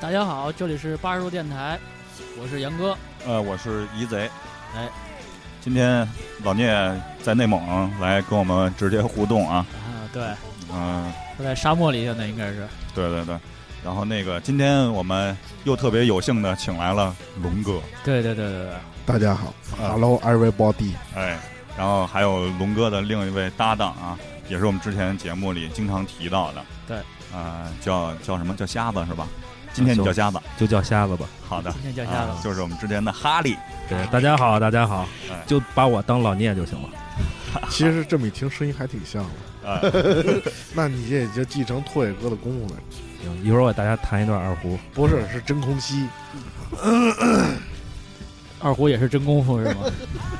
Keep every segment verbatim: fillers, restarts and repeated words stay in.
大家好，这里是八十度电台，我是杨哥， 呃，我是怡贼。 哎， 今天老聂在内蒙来跟我们直接互动啊。 啊，对， 嗯、呃， 他在沙漠里现在应该是。 对对对。然后那个，今天我们又特别有幸的请来了龙哥。 对对对对对。 大家好、呃、，Hello everybody。 哎，然后还有龙哥的另一位搭档啊，也是我们之前节目里经常提到的。 对。 呃，叫叫什么？叫瞎子是吧？今天你叫瞎子， 就叫瞎子吧。 好的， 今天叫瞎子、 啊，就是我们之前的哈利。 对，大家好，大家好， 哎、 就把我当老聂就行了。 其实这么一听，声音还挺像的。 哎、 那你也就继承拓野哥的功夫了。 行，一会儿我给大家弹一段二胡。 不是，是真空吸。 二胡也是真功夫是吗？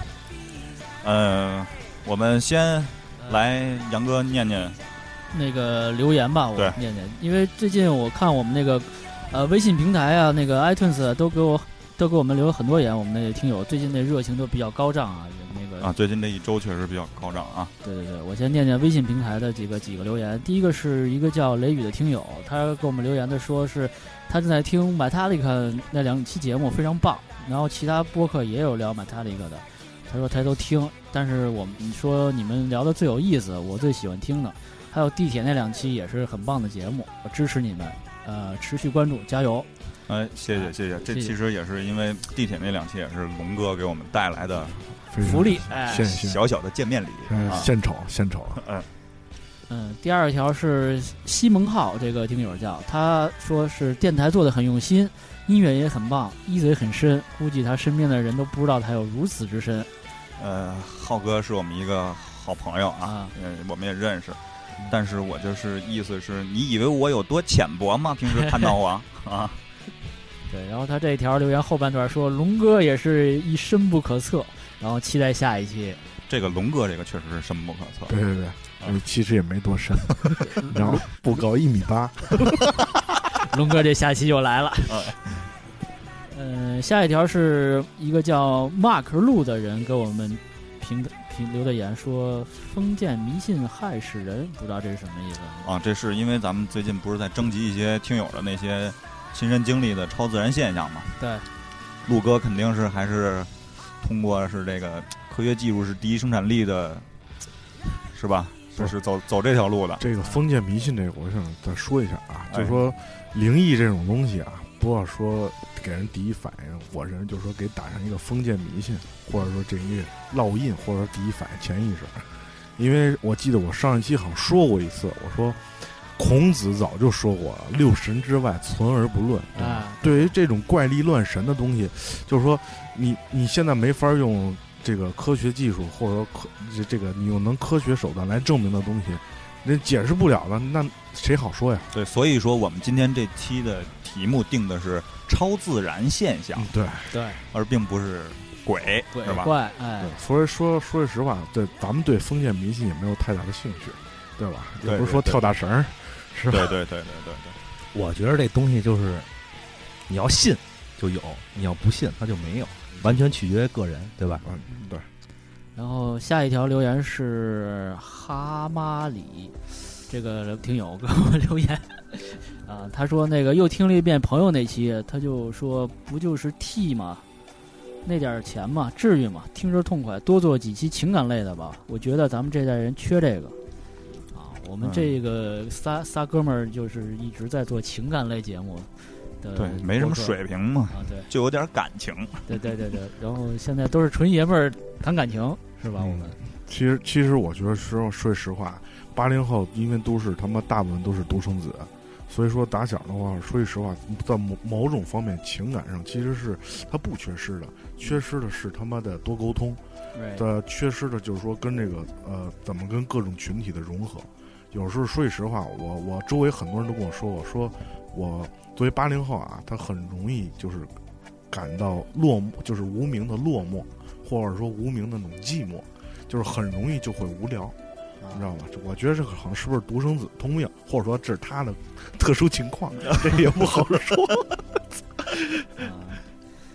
嗯、呃，我们先来杨哥念念。 那个留言吧，我念念，因为最近我看我们那个呃微信平台啊，那个 iTunes 啊都给我都给我们留了很多言，我们那听友最近那热情都比较高涨啊，那个啊，最近这一周确实比较高涨啊。 对对对，我先念念微信平台的几个几个留言。第一个是一个叫雷雨的听友，他给我们留言的说是他正在听 Metallica 那两期节目非常棒，然后其他播客也有聊 Metallica 的，他说他都听，但是我们说你们聊的最有意思，我最喜欢听的。还有地铁那两期也是很棒的节目，我支持你们，呃，持续关注，加油！ 哎，谢谢谢谢，这其实也是因为地铁那两期也是龙哥给我们带来的福利，哎， 小小的见面礼， 嗯，献丑献丑， 嗯嗯。第二条是西蒙浩这个听友叫，他说是电台做的很用心，音乐也很棒，一嘴很深，估计他身边的人都不知道他有如此之深。 呃，浩哥是我们一个好朋友啊，嗯、啊，我们也认识。但是我就是意思是你以为我有多浅薄吗？平时看到我啊， 对。然后他这一条留言后半段说龙哥也是一深不可测，然后期待下一期。 这个龙哥这个确实是深不可测。 对对对，嗯、其实也没多深，然后不高一米八。 龙哥这下期就来了。嗯、呃，下一条是一个叫 Mark 路的人给我们评的。留的言说封建迷信害死人，不知道这是什么意思啊？这是因为咱们最近不是在征集一些听友的那些亲身经历的超自然现象嘛？ 对， 陆哥肯定是还是通过是这个科学技术是第一生产力的，是吧？就是走走这条路的。 这个封建迷信这个，我想再说一下啊，哎、就是说灵异这种东西啊，不要说给人第一反应，我人就是说给打上一个封建迷信，或者说这一个烙印，或者说第一反应潜意识。因为我记得我上一期好像说过一次，我说孔子早就说过了，六神之外存而不论。 啊， 对于这种怪力乱神的东西，就是说你你现在没法用这个科学技术，或者说科这个你用能科学手段来证明的东西，那解释不了了，那谁好说呀？ 对，所以说我们今天这期的题目定的是超自然现象， 嗯、对对， 而并不是鬼， 鬼是吧？ 怪，哎， 对，所以说说句实话，对咱们对封建迷信也没有太大的兴趣，对吧？ 对， 也不是说跳大绳儿，是吧？ 对对对对对对。我觉得这东西就是你要信就有，你要不信它就没有，完全取决于个人，对吧？ 嗯，对。 然后下一条留言是哈马里。这个听友给我留言啊，他说那个又听了一遍朋友那期，他就说不就是 T 吗？那点钱嘛，至于吗？听着痛快，多做几期情感类的吧。我觉得咱们这代人缺这个啊。我们这个仨、嗯、仨哥们儿就是一直在做情感类节目的， 对，没什么水平嘛， 啊，对， 就有点感情。 对对对对，然后现在都是纯爷们儿谈感情，是吧？ 嗯、 我们其实其实我觉得说说实话。八零后因为都是他妈大部分都是独生子，所以说打小的话，说句实话，在某某种方面情感上其实是他不缺失的，缺失的是他妈的多沟通，的缺失的就是说跟这个呃怎么跟各种群体的融合。有时候说句实话，我我周围很多人都跟我说，我说我作为八零后啊，他很容易就是感到落寞，就是无名的落寞，或者说无名的那种寂寞，就是很容易就会无聊。你知道吧？我觉得这个好像是不是独生子通病，或者说这是他的特殊情况，这也不好说。 啊，行，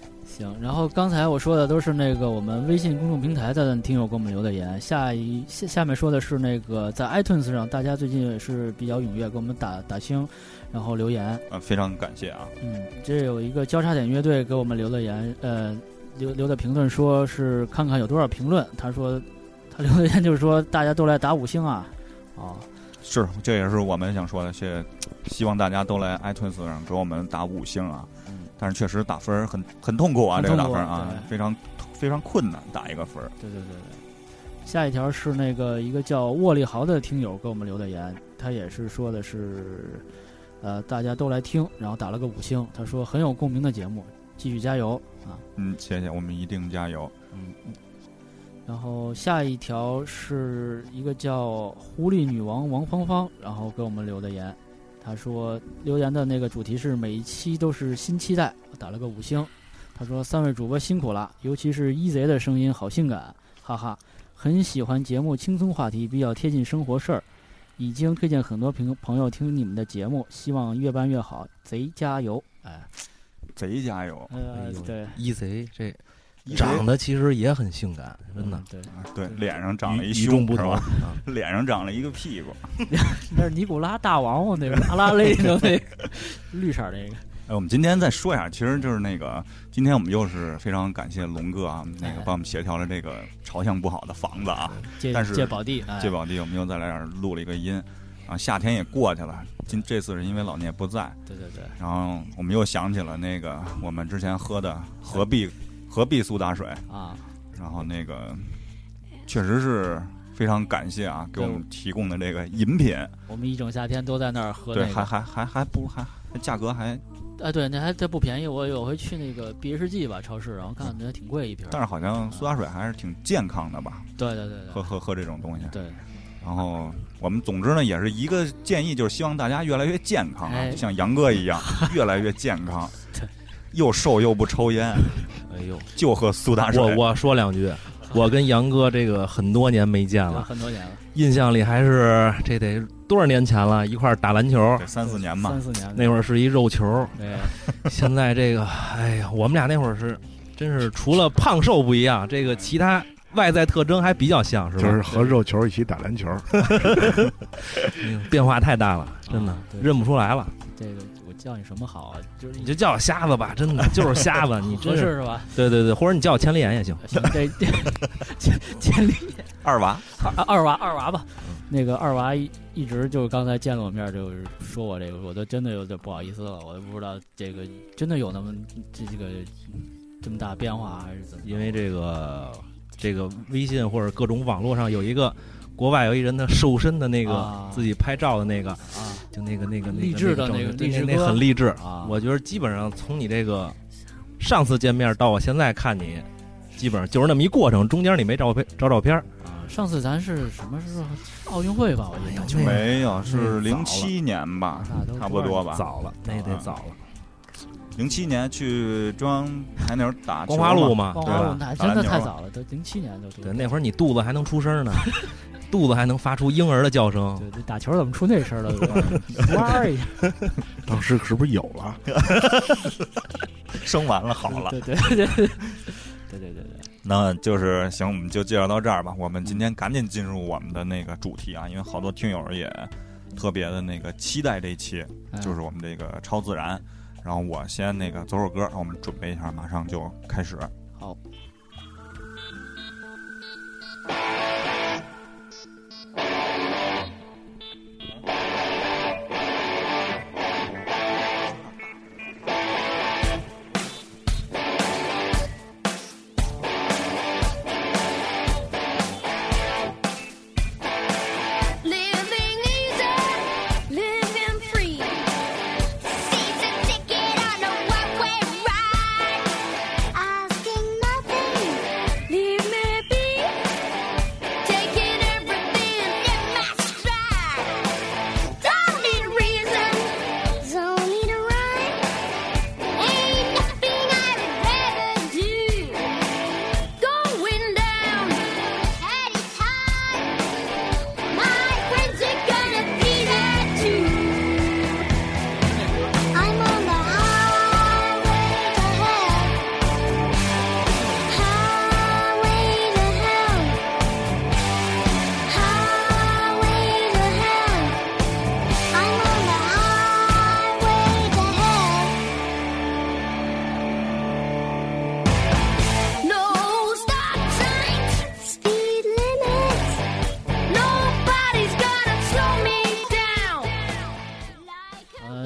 行，然后刚才我说的都是那个我们微信公众平台的听友给我们留的言，下一下下面说的是那个在 iTunes 上，大家最近也是比较踊跃给我们打打星，然后留言， 呃，非常感谢啊。 嗯，这有一个交叉点乐队给我们留的言，呃，留留的评论说是看看有多少评论，他说他留的言就是说大家都来打五星啊，啊， 是，这也是我们想说的，是希望大家都来 iTunes 上给我们打五星啊。但是确实打分很很痛苦啊， 很这个打分啊，非常非常困难，打一个分。 对对对对。下一条是那个一个叫沃利豪的听友给我们留的言，他也是说的是，呃，大家都来听，然后打了个五星，他说很有共鸣的节目，继续加油啊！ 嗯，谢谢，我们一定加油。 嗯。然后下一条是一个叫狐狸女王王芳芳，然后给我们留的言。他说留言的那个主题是每一期都是新期待，打了个五星。他说三位主播辛苦了，尤其是一贼的声音好性感，哈哈，很喜欢节目，轻松话题比较贴近生活事儿，已经推荐很多朋朋友听你们的节目，希望越办越好，贼加油！哎， 贼加油！ 呃，对， 一贼这长得其实也很性感，真的。 嗯、对对，脸上长了一与众不同， 脸上长了一个屁股。 那是尼古拉大王嘛，那个阿拉蕾的那个绿色那个。 哎，我们今天再说一下，其实就是那个，今天我们又是非常感谢龙哥啊，那个帮我们协调了这个朝向不好的房子啊，但是借宝地， 借宝地，我们又再来这儿录了一个音啊。夏天也过去了，今这次是因为老聂不在， 对对对， 然后我们又想起了那个我们之前喝的合璧合璧苏打水啊， 然后那个确实是非常感谢啊，给我们提供的这个饮品。 我们一整夏天都在那儿喝、那个， 对，还还还还不还价格还。 哎，对，那还这不便宜。我有回去那个 B H G 吧超市，然后看着挺贵一瓶。 但是好像苏打水还是挺健康的吧？ 对对对对， 喝喝喝这种东西。 对。 然后我们总之呢，也是一个建议，就是希望大家越来越健康啊， 哎、 就像杨哥一样，越来越健康。 对。 又瘦又不抽烟， 哎呦， 就喝苏打水。 我我说两句，我跟杨哥这个很多年没见了， 很多年了， 印象里还是这得多少年前了，一块儿打篮球， 三四年吧， 三四年那会儿是一肉球。 对， 现在这个，哎呀，我们俩那会儿是，真是除了胖瘦不一样，这个其他外在特征还比较像，是吧？ 就是和肉球一起打篮球， 变化太大了，真的、 啊、 认不出来了。 这个我叫你什么好啊？就是你就叫我瞎子吧，真的就是瞎子，你合适是吧？ 对对对，或者你叫我千里眼也行。 行，这千千里眼二娃， 二二娃二娃吧。那个二娃一一直就刚才见了我面，就是说我这个，我都真的有点不好意思了，我都不知道这个真的有那么这这个这么大变化还是怎么？ 因为这个这个微信或者各种网络上有一个。国外有一人的瘦身的那个、啊、自己拍照的那个啊， 就那个那个励志的那个励志那很励志啊！ 我觉得基本上从你这个上次见面到我现在看你，基本上就是那么一过程，中间你没照片照照片啊。上次咱是什么时候？奥运会吧？我印象中没有，是零七年吧，差不多吧， 早了，那得早了。 零七年去中央台那会儿打光华路嘛， 光华路那真的太早了，都零七年就。 对，那会儿你肚子还能出声呢。肚子还能发出婴儿的叫声， 对，这打球怎么出那声了？哇一下， 当时是不是有了？ 生完了，好了。 对对对对对对对对对。 那就是行，我们就介绍到这儿吧。我们今天赶紧进入我们的那个主题啊，因为好多听友也特别的那个期待这一期，就是我们这个超自然。然后我先那个走首歌，我们准备一下，马上就开始。 好。 Asking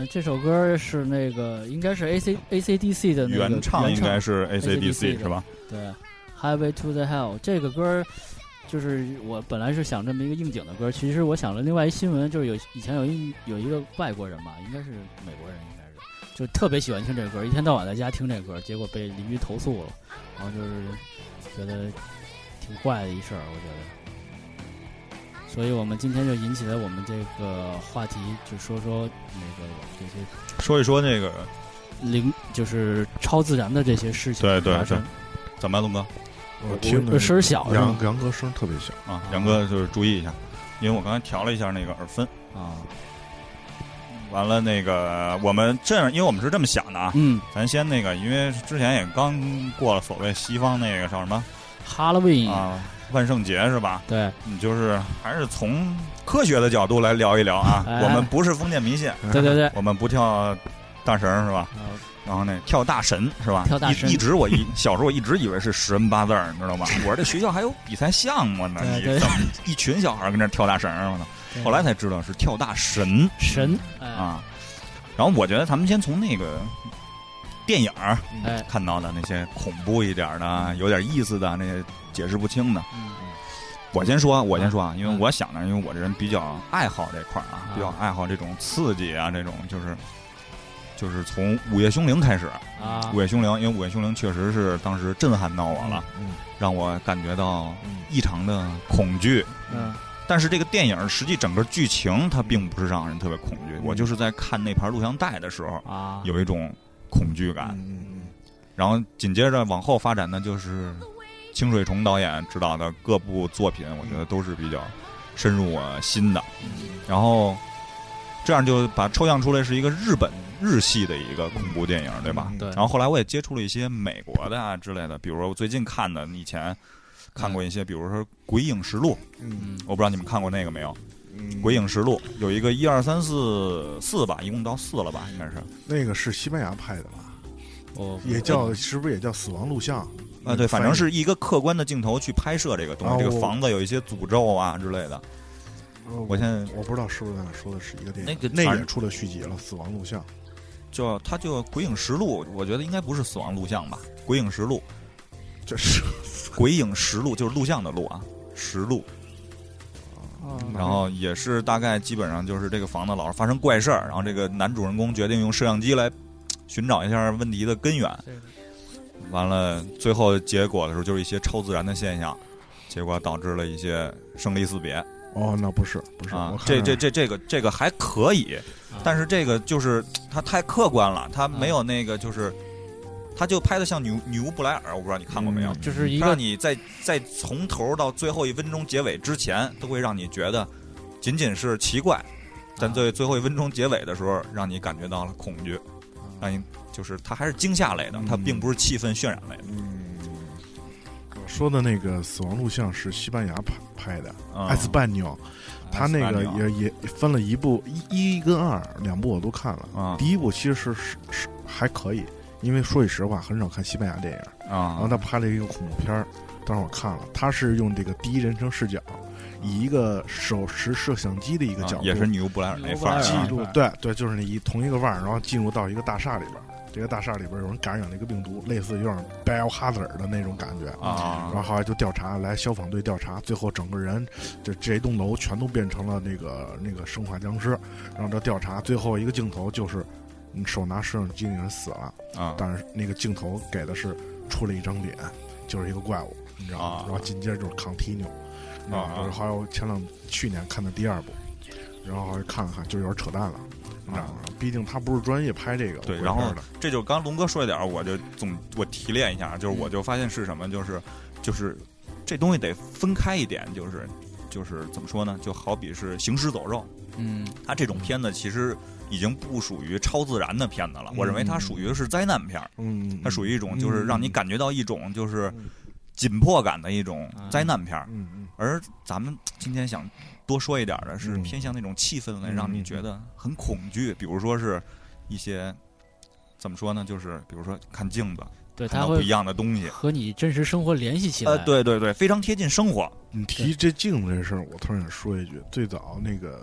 嗯，这首歌是那个应该是 A C A C D C 的那个原唱，应该是 A C D C 是吧？ 对 ，Highway to the Hell 这个歌。就是我本来是想这么一个应景的歌，其实我想了另外一新闻，就是有以前有一有一个外国人吧，应该是美国人，应该是就特别喜欢听这个歌，一天到晚在家听这歌，结果被邻居投诉了，然后就是觉得挺怪的一事儿，我觉得。所以我们今天就引起了我们这个话题，就说说那个这些， 说一说那个灵，就是超自然的这些事情。 对对对，怎么样，龙哥？ 我听的声小， 杨杨哥声特别小啊，杨哥就是注意一下，因为我刚才调了一下那个耳分啊。 完了，那个我们这样，因为我们是这么想的啊， 嗯， 咱先那个，因为之前也刚过了所谓西方那个叫什么 Halloween 啊，万圣节是吧？ 对， 你就是还是从科学的角度来聊一聊啊， 哎、 我们不是封建迷信， 对对对， 我们不跳大神是吧？ 嗯然后那跳大神是吧？ 跳大神， 一一直我一小时候我一直以为是十人八字儿，你知道吗？我说这学校还有比赛项目呢，你怎么一群小孩跟那跳大神呢？后来才知道是跳大神神啊。然后我觉得咱们先从那个电影儿哎看到的那些恐怖一点的、有点意思的那些解释不清的， 嗯、 我先说，我先说啊，因为我想呢，因为我这人比较爱好这块儿啊，比较爱好这种刺激啊，这种就是。就是从《午夜凶铃》开始啊，《 午夜凶铃》，因为《午夜凶铃》确实是当时震撼到我了， 嗯， 让我感觉到异常的恐惧。 嗯， 但是这个电影实际整个剧情它并不是让人特别恐惧， 嗯、 我就是在看那盘录像带的时候啊， 有一种恐惧感。 嗯嗯， 然后紧接着往后发展的就是清水崇导演执导的各部作品，我觉得都是比较深入我心的。然后这样就把抽象出来是一个日本。日系的一个恐怖电影，对吧？ 对。 然后后来我也接触了一些美国的啊之类的，比如说我最近看的，以前看过一些，比如说《鬼影实录》， 嗯， 我不知道你们看过那个没有？ 嗯， 《鬼影实录》有一个一二三四四吧，一共到四了吧？应该是。 那个是西班牙拍的吧？ 哦， 也叫是不是也叫死亡录像？ 啊，对，反正是一个客观的镜头去拍摄这个东西， 啊、 这个房子有一些诅咒啊之类的。 我现在我不知道是不是咱俩说的是一个电影， 那个那也出了续集了，《死亡录像》。 就它就《鬼影实录》，我觉得应该不是死亡录像吧，《鬼影实录》 这是 《鬼影实录》，就是录像的录啊，实录。 哦、 然后也是大概基本上就是这个房子老是发生怪事儿，然后这个男主人公决定用摄像机来寻找一下问题的根源。完了，最后结果的时候就是一些超自然的现象，结果导致了一些生离死别。 哦，那不是不是啊，这这这这个这个还可以，但是这个就是它太客观了，它没有那个就是，它就拍的像女女巫布莱尔，我不知道你看过没有？ 嗯、就是一个让你在在从头到最后一分钟结尾之前，都会让你觉得仅仅是奇怪，但在最后一分钟结尾的时候，让你感觉到了恐惧，让你就是它还是惊吓类的，它并不是气氛渲染类的。 嗯。说的那个死亡录像是西班牙拍拍的， 嗯、 埃斯班纽，他那个也也分了一部一一跟二两部我都看了， 嗯、 第一部其实是是是还可以，因为说句实话很少看西班牙电影， 嗯、 然后他拍了一个恐怖片儿，当时我看了，他是用这个第一人称视角，以一个手持摄像机的一个角度， 嗯、也是女巫布莱尔那范儿记录，对对，就是那一同一个腕儿，然后进入到一个大厦里边。这个大厦里边有人感染了一个病毒，类似有点 biohazard 的那种感觉啊， 然后后来就调查，来消防队调查，最后整个人这这栋楼全都变成了那个那个生化僵尸，然后这调查，最后一个镜头就是你手拿摄像机的人死了啊， 但是那个镜头给的是出了一张脸，就是一个怪物，你知道吗？ 啊、 然后紧接着就是 continue，啊，就是还有前两去年看的第二部，然后看了看就有点扯淡了。啊，毕竟他不是专业拍这个。 对，然后这就刚龙哥说一点，我就总我提炼一下，就是我就发现是什么，就是就是这东西得分开一点，就是就是怎么说呢？就好比是行尸走肉， 嗯， 它这种片子其实已经不属于超自然的片子了，我认为它属于是灾难片， 嗯， 它属于一种就是让你感觉到一种就是紧迫感的一种灾难片， 嗯嗯， 而咱们今天想。多说一点的是偏向那种气氛类，让你觉得很恐惧。比如说是一些怎么说呢？就是比如说看镜子， 对， 看到不一样的东西， 和你真实生活联系起来。 呃，对对对，非常贴近生活。 你提这镜子这事儿，我突然想说一句：最早那个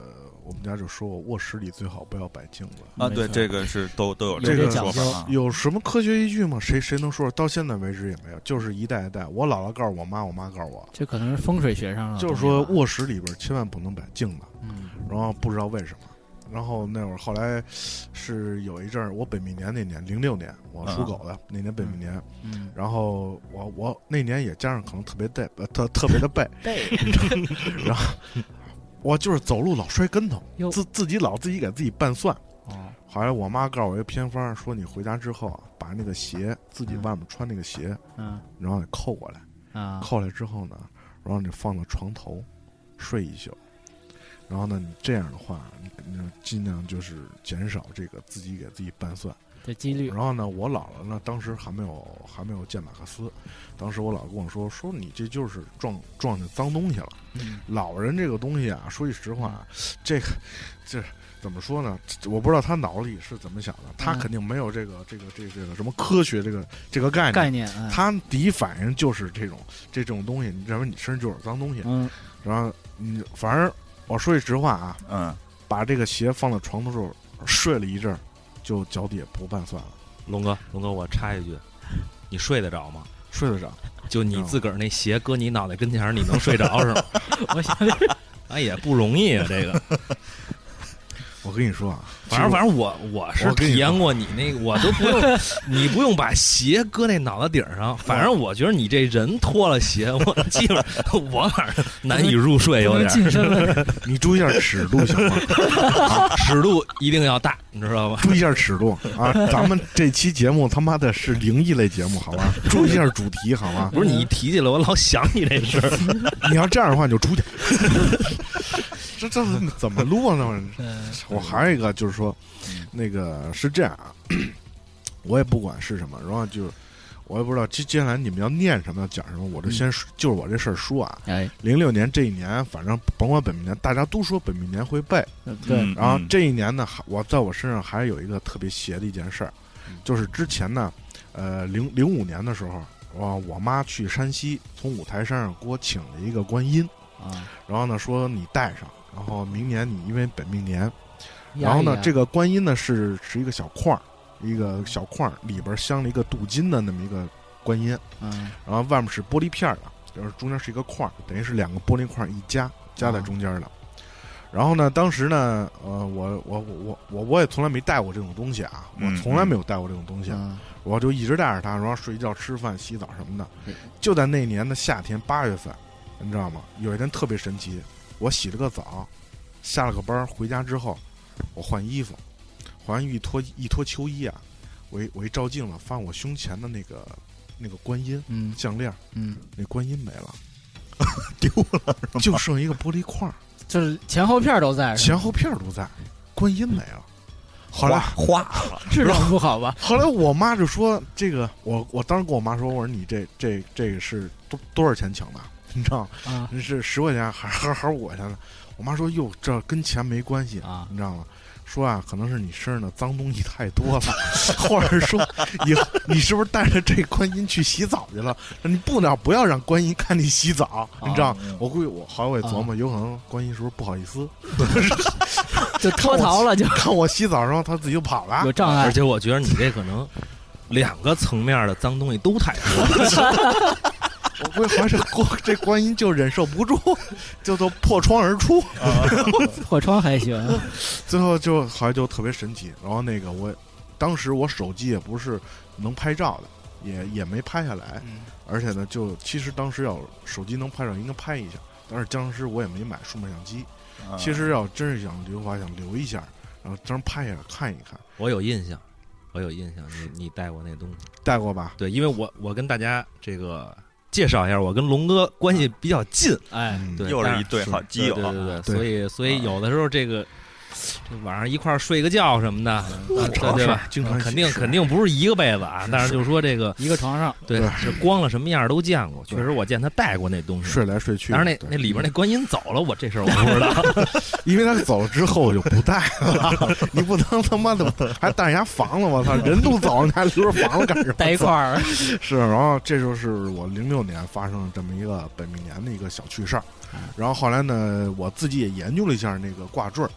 我们家就说我卧室里最好不要摆镜子啊。对，这个是都都有这个说法、啊。 有什么科学依据吗？谁谁能说？到现在为止也没有，就是一代一代。我姥姥告诉我妈，我妈告诉我， 这可能是风水学上的， 就是说卧室里边千万不能摆镜子。 嗯， 然后不知道为什么。然后那会儿后来是有一阵儿，我本命年那年零六年，我属狗的、嗯、那年本命年， 嗯， 然后我我那年也加上可能特别背，特特别的背， 背， 然后我就是走路老摔跟头，自自己老自己给自己拌蒜。 哦， 后来我妈告诉我一个偏方，说你回家之后啊，把那个鞋自己外面穿那个鞋， 嗯， 然后给扣过来， 啊、嗯， 扣来之后呢，然后你放到床头睡一宿。然后呢，你这样的话，你尽量就是减少这个自己给自己拌蒜的几率。 然后呢，我姥姥呢，当时还没有还没有见马克思，当时我姥跟我说，说你这就是撞撞见脏东西了。 嗯、 老人这个东西啊，说句实话，嗯、这个这怎么说呢？我不知道他脑子里是怎么想的，他肯定没有这个这个这个这个什么科学这个这个概念概念。嗯、 他第一反应就是这种这种东西，你认为你身上就有脏东西。 嗯， 然后你反正。我说句实话啊， 嗯， 把这个鞋放到床头时候睡了一阵儿，就脚底不拌蒜了。 龙哥，龙哥，我插一句，你睡得着吗？ 睡得着。 就你自个儿那鞋搁你脑袋跟前儿，你能睡着是吗？ 我想， 哎也不容易啊，这个。 我跟你说啊， 反正反正我我是体验过你那个，我都不用，你不用把鞋搁那脑袋顶上。反正我觉得你这人脱了鞋，我基本上我反正难以入睡，有点。 近身了， 你注意一下尺度行吗？ 啊、尺度一定要大，你知道吗？ 注意一下尺度啊！咱们这期节目他妈的是灵异类节目，好吧？注意一下主题，好吗？ 不是你一提起来，我老想你这事儿。 你要这样的话，你就出去。这这怎么录呢？我还有一个就是说，那个是这样啊，我也不管是什么，然后就我也不知道接接下来你们要念什么要讲什么，我就先、嗯、就是我这事儿说啊。 哎， 零六年这一年，反正甭管本命年，大家都说本命年会背， 对、 嗯。然后这一年呢，我在我身上还有一个特别邪的一件事儿，就是之前呢，呃，零零五年的时候，我我妈去山西，从五台山上给我请了一个观音啊， 然后呢说你带上。然后明年你因为本命年，然后呢，这个观音呢是是一个小框，一个小框里边镶了一个镀金的那么一个观音， 嗯， 然后外面是玻璃片的，就是中间是一个框，等于是两个玻璃框一夹夹在中间的。然后呢，当时呢，呃，我我我我我也从来没带过这种东西啊，我从来没有带过这种东西， 嗯、 我就一直带着它，然后睡觉、吃饭、洗澡什么的。就在那年的夏天八月份，你知道吗？有一天特别神奇。我洗了个澡，下了个班，回家之后，我换衣服，换完一脱一脱秋衣啊，我一我一照镜子，发现我胸前的那个那个观音， 嗯， 项链， 嗯， 那观音没了，丢了，就剩一个玻璃框， 就是前后片都在， 前后片都在，观音没了。后来花了， 质量不好吧？ 后来我妈就说：“这个，我我当时跟我妈说，我说你这这这个是多多少钱请的？”你知道啊？ 是十块钱还还还是五块钱的？我妈说：“哟，这跟钱没关系啊， 你知道吗？说啊，可能是你身上的脏东西太多了，或者说以后你是不是带着这观音去洗澡去了？你不能不要让观音看你洗澡， 啊、 你知道？我估计我后来我也琢磨，啊、有可能观音是不是不好意思， 就脱逃了，就看我洗澡，然后他自己就跑了， 有障碍。 而且我觉得你这可能两个层面的脏东西都太多了。” 我估计还是这观音就忍受不住，就都破窗而出。 啊、破窗还行， 最后就好像就特别神奇。然后那个我，当时我手机也不是能拍照的，也也没拍下来。 嗯、 而且呢，就其实当时要手机能拍照，应该拍一下。但是当时我也没买数码相机。 啊、 其实要真是想留的话，想留一下，然后真拍下来看一看。 我有印象，我有印象，你你带过那东西？ 带过吧？ 对，因为我我跟大家这个。介绍一下，我跟龙哥关系比较近， 哎， 对， 又是一对好基友， 对对对，所以所以有的时候这个这晚上一块儿睡个觉什么的，对对吧？ 经常肯定肯定不是一个被子啊，但是就是说这个一个床上， 对，这光了什么样都见过。确实，我见他带过那东西， 睡来睡去。 但是那那里边那观音走了，我这事儿我不知道， 因为他走了之后我就不带了。你不能他妈的还带人家房子，我操，人都走了，你还留着房子干什么？ 带一块儿是，然后这就是我零六年发生的这么一个本命年的一个小趣事儿。然后后来呢，我自己也研究了一下那个挂坠儿。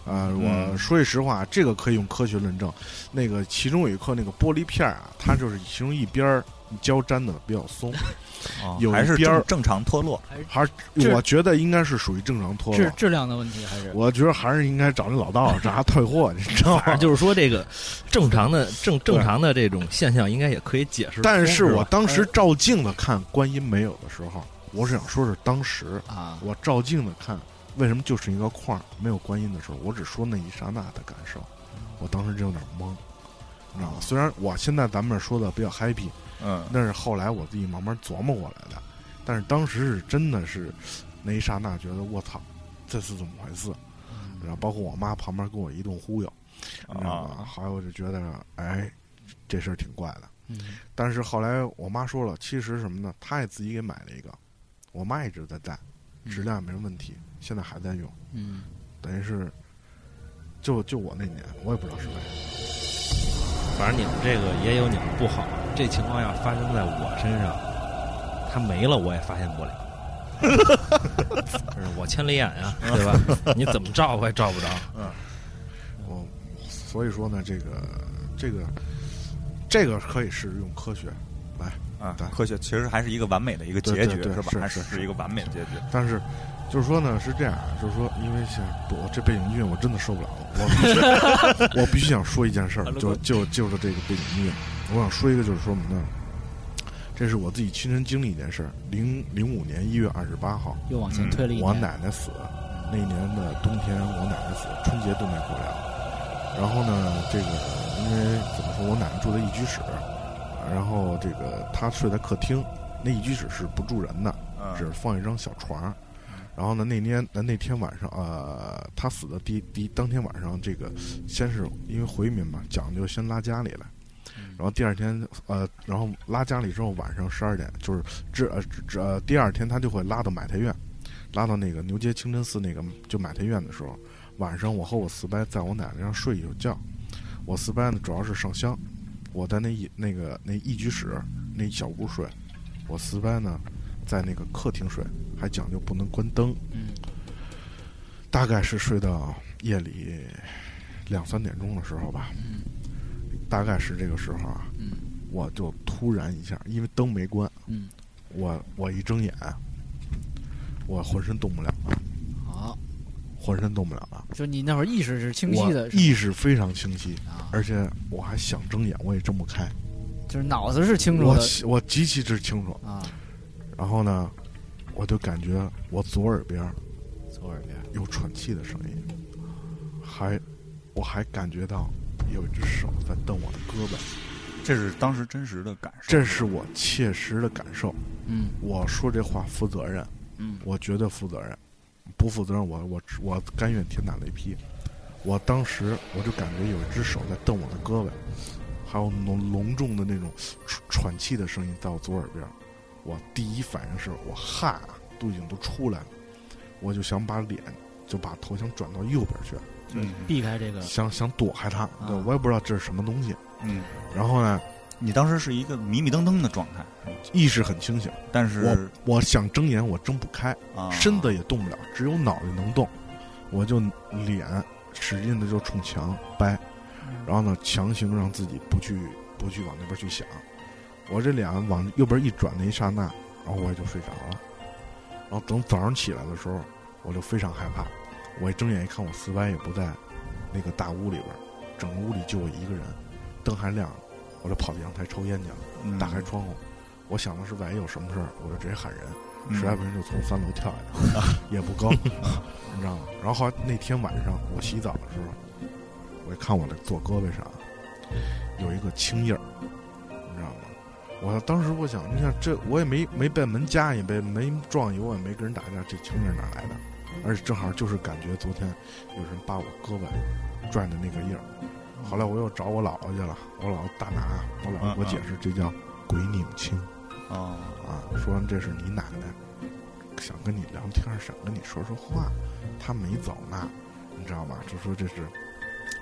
呃，我说句实话，这个可以用科学论证。那个其中有一颗那个玻璃片啊，它就是其中一边儿胶粘的比较松， 哦、 有还是边儿正常脱落， 还是我觉得应该是属于正常脱落， 质质量的问题还是？ 我觉得还是应该找那老道找他退货，你知道吗？ 反正就是说这个正常的正正常的这种现象，应该也可以解释。 但是我当时照镜子看观音没有的时候，我是想说是当时啊， 我照镜子看。为什么就是一个框没有观音的时候，我只说那一刹那的感受，我当时真有点懵，你知道吗？虽然我现在咱们说的比较 happy， 嗯，那是后来我自己慢慢琢磨过来的，但是当时是真的是那一刹那觉得我操，这是怎么回事？然后包括我妈旁边跟我一顿忽悠，你知道吗？后来我就觉得，哎，这事儿挺怪的。 嗯， 但是后来我妈说了，其实什么呢？她也自己给买了一个，我妈一直在带，质量没什么问题。现在还在用， 嗯， 等于是，就就我那年，我也不知道是为什么。 反正你们这个也有你们不好，这情况要发生在我身上，它没了我也发现不了。这是我千里眼呀、啊，对吧？你怎么照我也照不着。 嗯，我所以说呢，这个这个这个可以是用科学来啊，科学其实还是一个完美的一个结局， 对对对是吧？ 是还是是是一个完美的结局。 但是。就是说呢，是这样，就是说，因为像我这背景音乐我真的受不了，我我必须想说一件事儿，就就就是这个背景音乐，我想说一个，就是说什么呢？这是我自己亲身经历一件事儿。零零五年一月二十八号， 又往前推了一年， 我奶奶死了。那一年的冬天，我奶奶死了，春节都没过了。然后呢，这个因为怎么说，我奶奶住在一居室，然后这个她睡在客厅，那一居室是不住人的，只放一张小床。然后呢，那年那那天晚上，呃，他死的第第当天晚上，这个先是因为回民嘛，讲究先拉家里来，然后第二天，呃，然后拉家里之后，晚上十二点，就是这呃这呃第二天他就会拉到买台院，拉到那个牛街清真寺那个就买台院的时候，晚上我和我四伯在我奶奶上睡一宿觉，我四伯呢主要是上香，我在那一那个那一居室那一小屋睡，我四伯呢在那个客厅睡。还讲究不能关灯， 嗯， 大概是睡到夜里两三点钟的时候吧， 嗯， 大概是这个时候啊， 嗯， 我就突然一下，因为灯没关， 嗯， 我我一睁眼，我浑身动不了了， 好， 浑身动不了了， 就你那会儿意识是清晰的， 意识非常清晰， 啊， 而且我还想睁眼，我也睁不开， 就是脑子是清楚的， 我我极其之清楚啊， 然后呢。我就感觉我左耳边， 左耳边有喘气的声音，还，我还感觉到有一只手在蹬我的胳膊， 这是当时真实的感受， 这是我切实的感受。 嗯， 我说这话负责任， 嗯， 我绝对负责任，不负责任我我我甘愿天打雷劈。我当时我就感觉有一只手在蹬我的胳膊，还有浓隆重的那种喘气的声音在我左耳边。我第一反应是我汗啊都已经都出来了，我就想把脸就把头想转到右边去， 嗯，避开这个， 想想躲开它。对，我也不知道这是什么东西。 嗯， 然后呢， 你当时是一个迷迷瞪瞪的状态， 意识很清醒， 但是我我想睁眼我睁不开， 啊， 身子也动不了，只有脑袋能动，我就脸使劲的就冲墙掰，然后呢强行让自己不去不去往那边去想。我这脸往右边一转那一刹那，然后我也就睡着了。然后等早上起来的时候，我就非常害怕。我一睁眼一看，我四伯也不在那个大屋里边，整个屋里就我一个人，灯还亮，我就跑到阳台抽烟去了， 嗯、 打开窗户。我想的是万一有什么事儿，我就直接喊人， 嗯、 实在不行就从三楼跳下来，也不高，你知道吗？然后后来那天晚上我洗澡的时候，我一看我的左胳膊上有一个青印儿。我当时我想，你看这我也没没被门夹，也被没撞，我也没跟人打架，这青印哪来的？而且正好就是感觉昨天有人把我胳膊拽的那个印儿。后来我又找我姥姥去了，我姥姥大拿，我姥姥给我解释，这叫鬼拧青。 哦啊，说这是你奶奶想跟你聊天，想跟你说说话，她没走呢，你知道吗？就说这是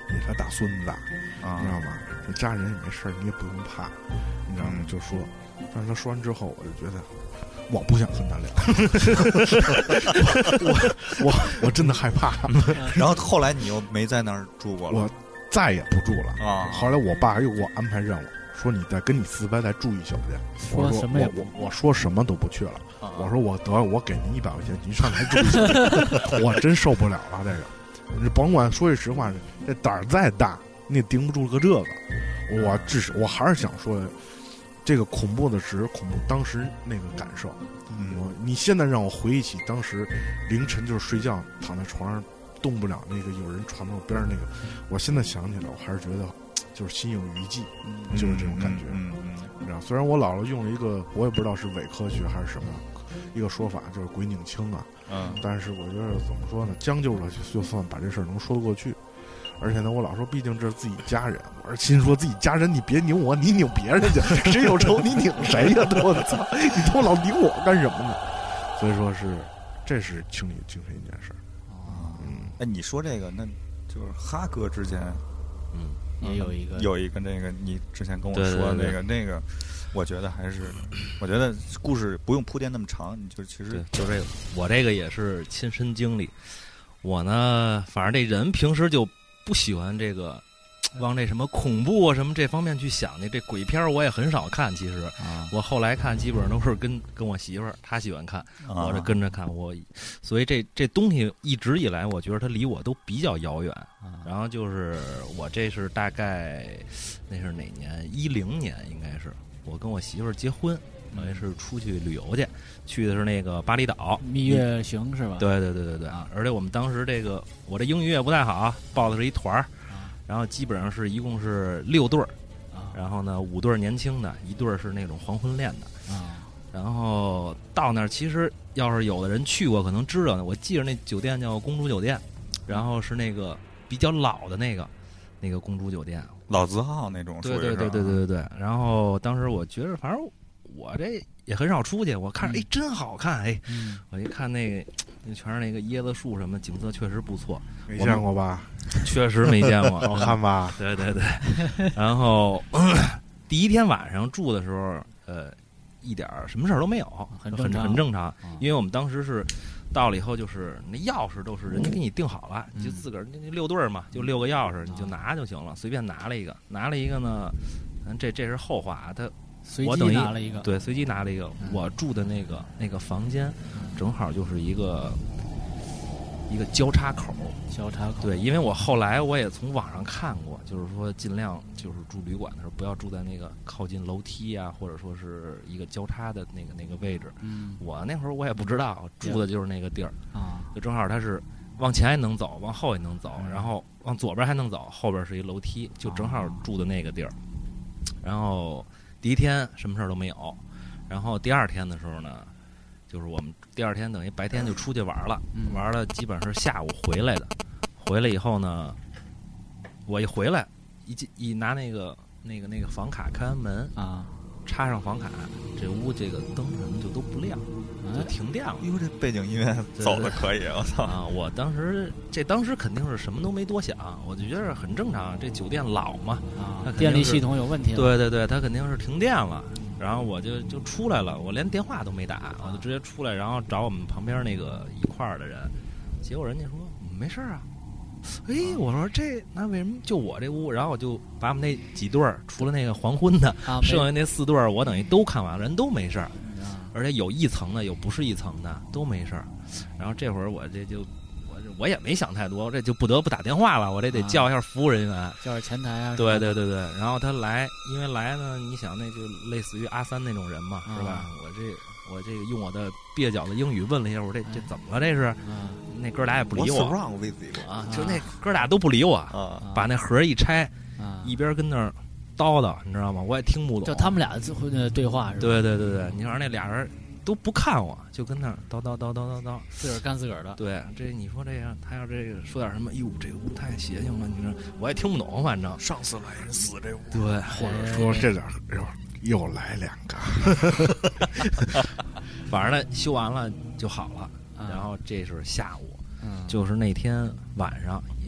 你他大孙子， 啊， 你知道吗？家人也没事，你也不用怕，你知道吗？就说，但是他说完之后，我就觉得。我不想跟他聊，我我我我真的害怕。 然后后来你又没在那儿住过了， 我再也不住了啊。 后来我爸又给我安排任务，说你再跟你四伯再住一宿去。我说我我我说什么都不去了。 啊、 我说我得我给您一百块钱，您上来住一宿。我真受不了了，这个你甭管说句实话，这胆儿再大，你也顶不住个这个。我至少我还是想说。这个恐怖的是恐怖当时那个感受，嗯，我你现在让我回忆起当时凌晨就是睡觉躺在床上动不了，那个有人传到我边上那个，我现在想起来我还是觉得就是心有余悸，嗯、就是这种感觉。 嗯嗯， 你知道，虽然我姥姥用了一个我也不知道是伪科学还是什么一个说法，就是鬼拧青啊，嗯，但是我觉得怎么说呢，将就着就算把这事儿能说得过去。而且呢，我老说，毕竟这是自己家人。我是心说自己家人，你别拧我，你拧别人去，谁有仇你拧谁呀？我操，你都老拧我干什么呢？所以说是，这是清理精神一件事。 啊，嗯，哎，你说这个，那就是哈哥之前， 嗯，也有一个有一个那个，你之前跟我说那个那个，我觉得还是，我觉得故事不用铺垫那么长，你就其实就这个，我这个也是亲身经历。我呢，反正这人平时就。不喜欢这个往这什么恐怖啊什么这方面去想的，这鬼片我也很少看。其实、啊、我后来看基本上都是跟跟我媳妇儿，她喜欢看，啊、我这跟着看。我所以这这东西一直以来，我觉得它离我都比较遥远。啊、然后就是我这是大概那是哪年？一零年应该是我跟我媳妇儿结婚。我也是出去旅游去，去的是那个巴厘岛蜜月行是吧？ 对对对对对，啊、而且我们当时这个我这英语也不太好，报的是一团儿，啊、然后基本上是一共是六对儿，啊、然后呢五对儿年轻的，一对儿是那种黄昏恋的，啊、然后到那儿其实要是有的人去过，可能知道呢。我记着那酒店叫公主酒店，然后是那个比较老的那个那个公主酒店， 老字号那种， 对对对对对对对。然后当时我觉得反正。我这也很少出去，我看着哎真好看哎，嗯、我一看那个那全是那个椰子树什么，景色确实不错。 没见过吧？ 确实没见过， 好看吧？ 对对对。然后第一天晚上住的时候，呃，一点什么事儿都没有， 很正常， 很正常。因为我们当时是到了以后，就是那钥匙都是人家给你定好了， 嗯、 你就自个儿那六对儿嘛，就六个钥匙，你就拿就行了，随便拿了一个，拿了一个呢，这这是后话，他。 随机拿了一个， 对，随机拿了一个。嗯、我住的那个那个房间，正好就是一个一个交叉口。 交叉口。 对，因为我后来我也从网上看过，就是说尽量就是住旅馆的时候，不要住在那个靠近楼梯啊，或者说是一个交叉的那个那个位置。 嗯。 我那会儿我也不知道，住的就是那个地儿啊， 就正好它是往前也能走，往后也能走，嗯、然后往左边还能走，后边是一楼梯，就正好住的那个地儿。然后。第一天什么事儿都没有，然后第二天的时候呢，就是我们第二天等于白天就出去玩了， 嗯、 玩了基本上是下午回来的。回来以后呢，我一回来一一拿那个那个那个房卡开完门啊， 插上房卡，这屋这个灯什么就都不亮，就停电了。 哟、哎，这背景音乐走的可以，我操！ 啊，我当时这当时肯定是什么都没多想，我就觉得很正常，这酒店老嘛， 啊，电力系统有问题了。 对对对，它肯定是停电了。然后我就就出来了，我连电话都没打，我就直接出来，然后找我们旁边那个一块儿的人，结果人家说没事啊。哎，我说这那为什么就我这屋？然后我就把我们那几对儿，除了那个黄昏的， 啊、 剩下那四对儿，我等于都看完了，人都没事儿，而且有一层的，有不是一层的，都没事儿。然后这会儿我这就我我也没想太多，我这就不得不打电话了，我这得叫一下服务人员， 叫下前台啊。 对对对对，然后他来，因为来呢，你想那就类似于阿三那种人嘛， 啊、 是吧？我这。我这个用我的蹩脚的英语问了一下，我说这这怎么了？这是， 嗯、 那哥俩也不理我。 What's wrong with you? 啊，就那哥俩都不理我， 啊、 把那盒一拆， 啊、 一边跟那儿叨叨，你知道吗？我也听不懂。 就他们俩的对话是吧？ 对对对对，你说那俩人都不看我，就跟那儿叨叨叨叨叨叨， 自个儿干自个儿的。 对，这你说这样，他要这个说点什么，哟，这屋太邪性了，你说我也听不懂，反正上次来人死这屋， 对， 或者说这俩又又来两个。 反正呢，修完了就好了。然后这是下午， 嗯、 就是那天晚上，因为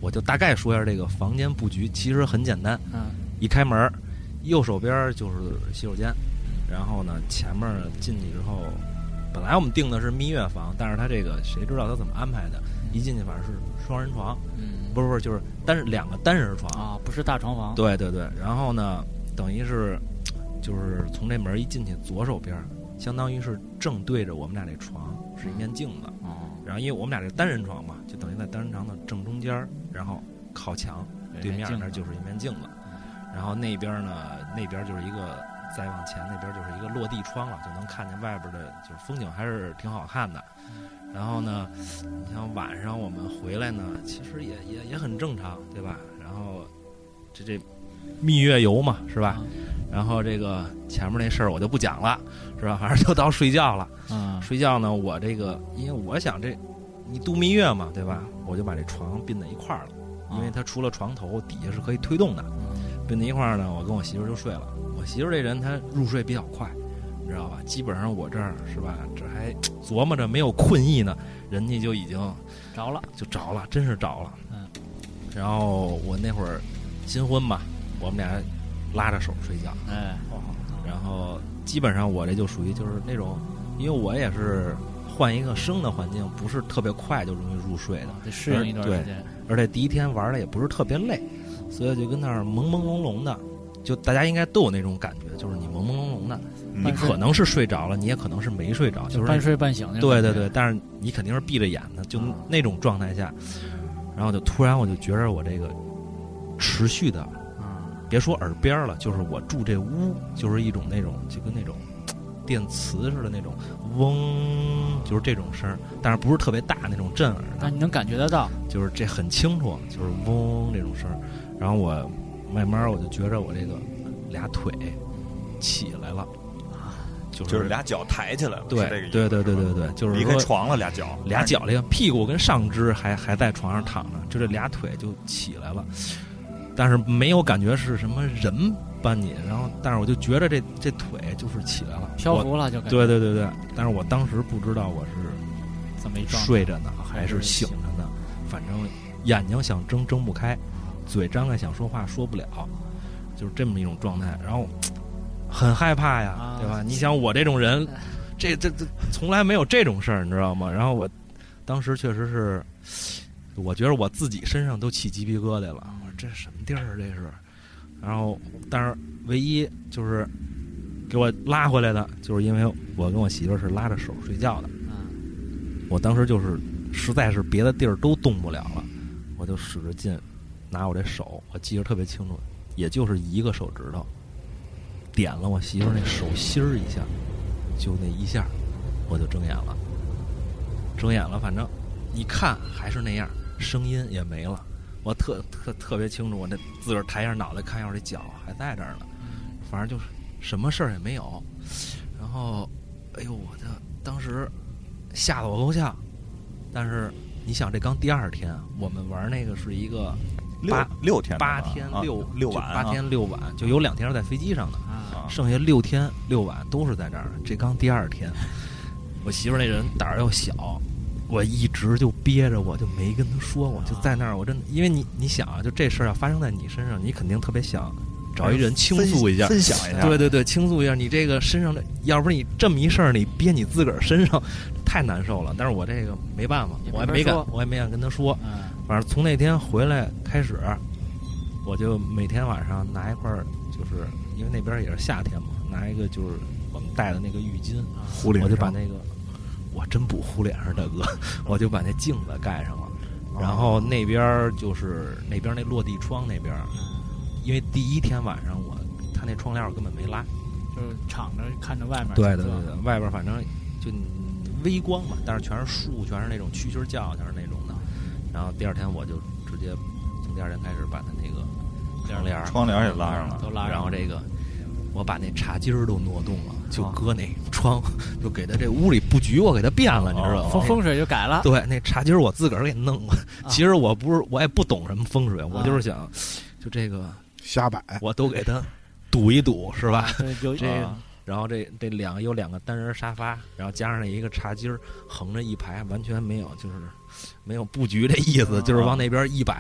我就大概说一下这个房间布局，其实很简单。 嗯， 一开门，右手边就是洗手间，然后呢，前面进去之后，本来我们订的是蜜月房，但是他这个谁知道他怎么安排的？一进去反正是双人床， 嗯， 不是不是，就是单两个单人床啊，不是大床房。 对对对，然后呢，等于是就是从这门一进去，左手边相当于是正对着我们俩这床，是一面镜子。 哦， 然后因为我们俩这单人床嘛，就等于在单人床的正中间，然后靠墙对面那就是一面镜子，然后那边呢，那边就是一个再往前那边就是一个落地窗了，就能看见外边的，就是风景还是挺好看的。然后呢，你像晚上我们回来呢，其实也也也很正常，对吧？然后这这蜜月游嘛，是吧？然后这个前面那事儿我就不讲了，是吧？反正就到睡觉了。 嗯， 睡觉呢，我这个因为我想这你度蜜月嘛，对吧？我就把这床并在一块儿了，因为它除了床头底下是可以推动的，并在一块儿呢，我跟我媳妇就睡了。我媳妇这人她入睡比较快，你知道吧？基本上我这儿是吧，这还琢磨着没有困意呢，人家就已经着了， 就着了，真是着了。 嗯， 然后我那会儿新婚嘛，我们俩拉着手睡觉， 哎， 然后基本上我这就属于就是那种，因为我也是换一个生的环境，不是特别快就容易入睡的， 得适应一段时间。 而且第一天玩的也不是特别累，所以就跟那儿朦朦胧胧的，就大家应该都有那种感觉，就是你朦朦胧胧的，你可能是睡着了，你也可能是没睡着，就是半睡半醒那种。 对对对，但是你肯定是闭着眼的，就那种状态下，然后就突然我就觉着我这个持续的。别说耳边了，就是我住这屋，就是一种那种就跟那种电磁似的那种嗡，就是这种声，但是不是特别大那种震耳的， 但你能感觉得到， 就是这很清楚，就是嗡这种声。然后我慢慢我就觉着我这个俩腿起来了，就是就是俩脚抬起来了， 对是这个意思， 对对对对对，就是离开床了，俩脚俩脚这个屁股跟上肢还还在床上躺着，就这俩腿就起来了。但是没有感觉是什么人搬你，然后但是我就觉得这这腿就是起来了， 漂浮了就感觉。 对对对对，但是我当时不知道我是怎么一睡着呢还是醒着呢，反正眼睛想睁睁不开，嘴张开想说话说不了，就是这么一种状态，然后很害怕呀， 啊、 对吧？你想我这种人，这这这从来没有这种事儿，你知道吗？然后我当时确实是，我觉得我自己身上都起鸡皮疙瘩了。这什么地儿这是？然后，但是唯一就是给我拉回来的，就是因为我跟我媳妇是拉着手睡觉的。 嗯， 我当时就是实在是别的地儿都动不了了，我就使着劲拿我这手，我记得特别清楚，也就是一个手指头点了我媳妇那手心儿一下，就那一下，我就睁眼了。睁眼了，反正一看还是那样，声音也没了。我特特特别清楚，我这自个儿抬下脑袋看一下，我这脚还在这儿呢，反正就是什么事儿也没有。然后，哎呦，我这当时吓得我够呛。但是你想，这刚第二天，我们玩那个是一个八六天八天六、 啊、六晚八天六晚，就有两天是在飞机上的， 啊、 剩下六天六晚都是在这儿。这刚第二天，我媳妇那人胆儿又小。我一直就憋着，我就没跟他说，我就在那儿，我真的，因为你你想啊，就这事儿要发生在你身上，你肯定特别想找一人倾诉一下， 分享一下， 对对对，倾诉一下你这个身上的，要不是你这么一事儿，你憋你自个儿身上太难受了。但是我这个没办法，我也没敢，我也没敢跟他说。 嗯， 反正从那天回来开始，我就每天晚上拿一块，就是因为那边也是夏天嘛，拿一个就是我们带的那个浴巾， 糊脸上， 我就把那个。我真不糊脸上，大哥，我就把那镜子盖上了，然后那边就是那边那落地窗那边，因为第一天晚上我他那窗帘我根本没拉， 就是敞着看着外面。 对对对对，外边反正就微光嘛，但是全是树，全是那种蛐蛐叫，全是那种的。然后第二天我就直接从第二天开始把他那个窗帘窗帘也拉上了， 都拉上了， 然后这个。我把那茶几儿都挪动了，就搁那窗，就给他这屋里布局，我给他变了，你知道吗？ 风风水就改了。 对，那茶几儿我自个儿给弄了。其实我不是，我也不懂什么风水，我就是想，就这个瞎摆， 我都给他堵一堵，是吧？ 有这，然后这这两个有两个单人沙发，然后加上一个茶几儿，横着一排，完全没有就是没有布局这意思，就是往那边一摆。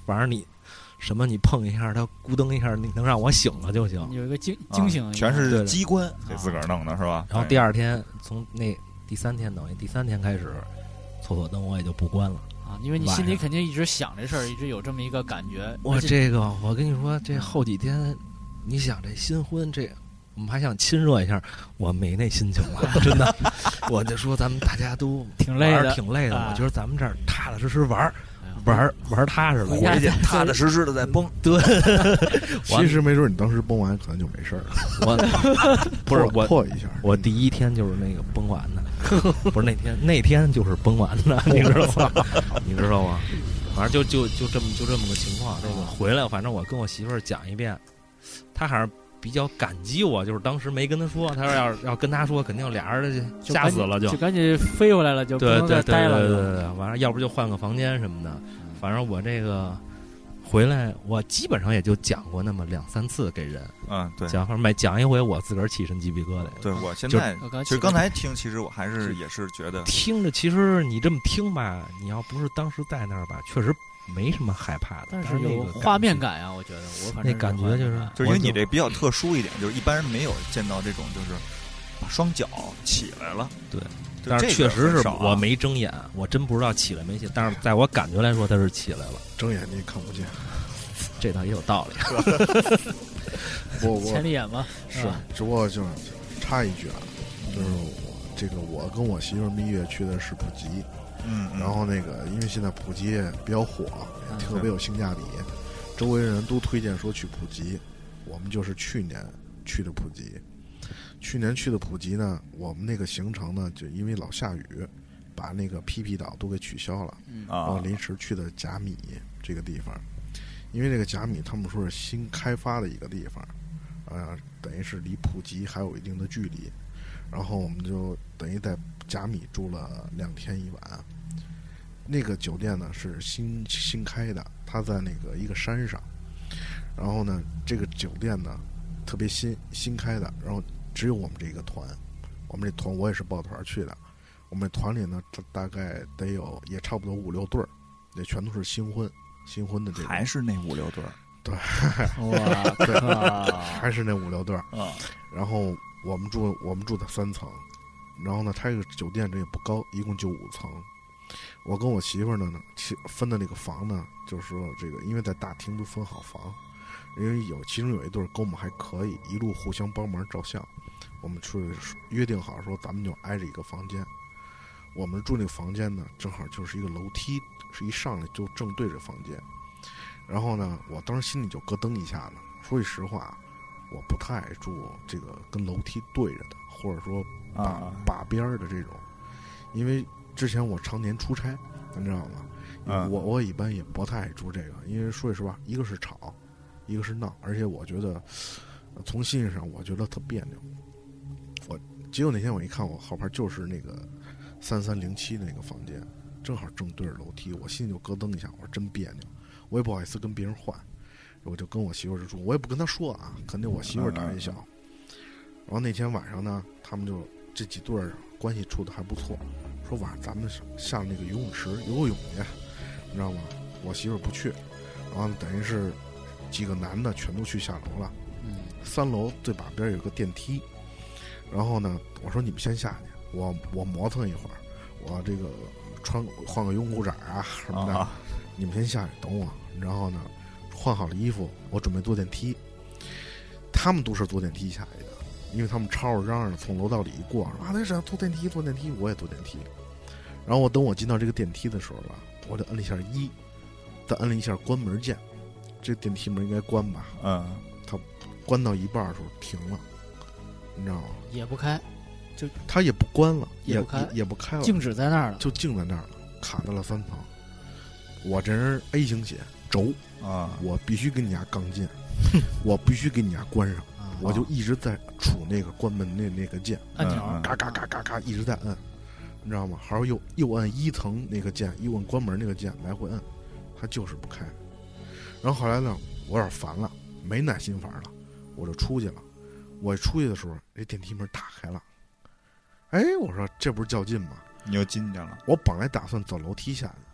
反正你什么你碰一下它咕噔一下，你能让我醒了就行。 有一个惊惊醒、 啊，全是机关给自个儿弄的是吧？ 然后第二天从那第三天等于第三天开始，厕所灯我也就不关了啊，因为你心里肯定一直想这事儿，一直有这么一个感觉。 我这个我跟你说，这后几天，你想这新婚这。我们还想亲热一下，我没那心情了，真的。我就说咱们大家都挺累的， 挺累的。啊、我觉得咱们这儿踏踏实实玩儿，玩儿玩踏实了， 回去踏踏实实的再崩。 对， 其实没准你当时崩完可能就没事了。 我不是我破一下， 我第一天就是那个崩完的，不是那天那天就是崩完的，你知道吗？你知道吗？反正就就就这么就这么个情况。那个回来，反正我跟我媳妇儿讲一遍，她还是。比较感激我，就是当时没跟他说，他说要要跟他说，肯定俩人吓死了就， 就赶紧飞回来了，就不能再待了。 对对对对，完了，要不就换个房间什么的。反正我这个回来，我基本上也就讲过那么两三次给人。 嗯，对， 讲或者每讲一回，我自个儿起身鸡皮疙瘩。 对我现在其实刚才听，其实我还是也是觉得听着，其实你这么听吧，你要不是当时在那儿吧，确实。没什么害怕的， 但是有画面感呀、啊，我觉得我反正那感觉就是， 就是因为你这比较特殊一点，就是一般人没有见到这种，就是把双脚起来了。 对，但是确实是我没睁眼，我真不知道起来没起，但是在我感觉来说，他是起来了。 睁眼你也看不见， 这倒也有道理。 我我千里眼嘛， 是，只不过就是插一句啊，就是我这个我跟我媳妇蜜月去的是普吉。 嗯， 然后那个，因为现在普吉也比较火，也特别有性价比，周围人都推荐说去普吉。我们就是去年去的普吉，去年去的普吉呢，我们那个行程呢，就因为老下雨，把那个皮皮岛都给取消了， 嗯、 然后临时去的甲米这个地方，因为这个甲米他们说是新开发的一个地方，呃，等于是离普吉还有一定的距离，然后我们就等于在甲米住了两天一晚。那个酒店呢是新新开的，它在那个一个山上，然后呢这个酒店呢特别新新开的，然后只有我们这个团，我们这团我也是抱团去的，我们团里呢大概得有也差不多五六对儿，也全都是新婚新婚的这种， 还是那五六对儿， 对， 哇， 对，还是那五六对儿啊。 然后我们住我们住的三层，然后呢它这个酒店这也不高，一共就五层。我跟我媳妇儿呢呢分的那个房呢，就是说这个，因为在大厅都分好房，因为有其中有一对跟我们还可以一路互相帮忙照相，我们出去约定好说咱们就挨着一个房间。我们住那个房间呢，正好就是一个楼梯，是一上来就正对着房间。然后呢，我当时心里就咯噔一下子。说句实话，我不太爱住这个跟楼梯对着的，或者说把、啊、把边的这种，因为。之前我常年出差，你知道吗？ 嗯、 我我一般也不太爱住这个，因为说句实话，一个是吵，一个是闹，而且我觉得从心理上我觉得特别扭。我结果那天我一看，我后边就是那个三三零七那个房间，正好正对着楼梯，我心里就咯噔一下，我说真别扭，我也不好意思跟别人换，我就跟我媳妇儿住，我也不跟她说啊，肯定我媳妇儿胆也小。然后那天晚上呢，他们就这几对儿关系处的还不错。说晚上咱们上那个游泳池游个泳去，你知道吗？我媳妇儿不去，然后等于是几个男的全都去下楼了。 嗯， 三楼最把边有个电梯，然后呢，我说你们先下去，我我磨蹭一会儿，我这个穿换个游泳裤衩啊什么的， 啊、 你们先下去等我。然后呢，换好了衣服，我准备坐电梯。他们都是坐电梯下去的，因为他们吵吵嚷嚷的从楼道里一过，啊，那是坐电梯，坐电梯，我也坐电梯。然后我等我进到这个电梯的时候吧，我就摁了一下一，再摁了一下关门键，这电梯门应该关吧？ 嗯， 它关到一半的时候停了，你知道吗？ 也不开，就它也不关了， 也不开， 也, 也不开了， 静止在那儿了， 就静在那儿了，卡在了三层。我这人 A 型血轴啊， 我必须跟你家刚进，我必须给你家关上。我就一直在杵那个关门那那个键， 按钮， 嘎嘎嘎嘎嘎一直在摁，你知道吗？还有又又按一层那个键，又按关门那个键，来回摁，它就是不开。然后后来呢，我有点烦了，没耐心法了，我就出去了。我出去的时候，这电梯门打开了，哎，我说这不是较劲吗？ 你又进去了。 我本来打算走楼梯下去，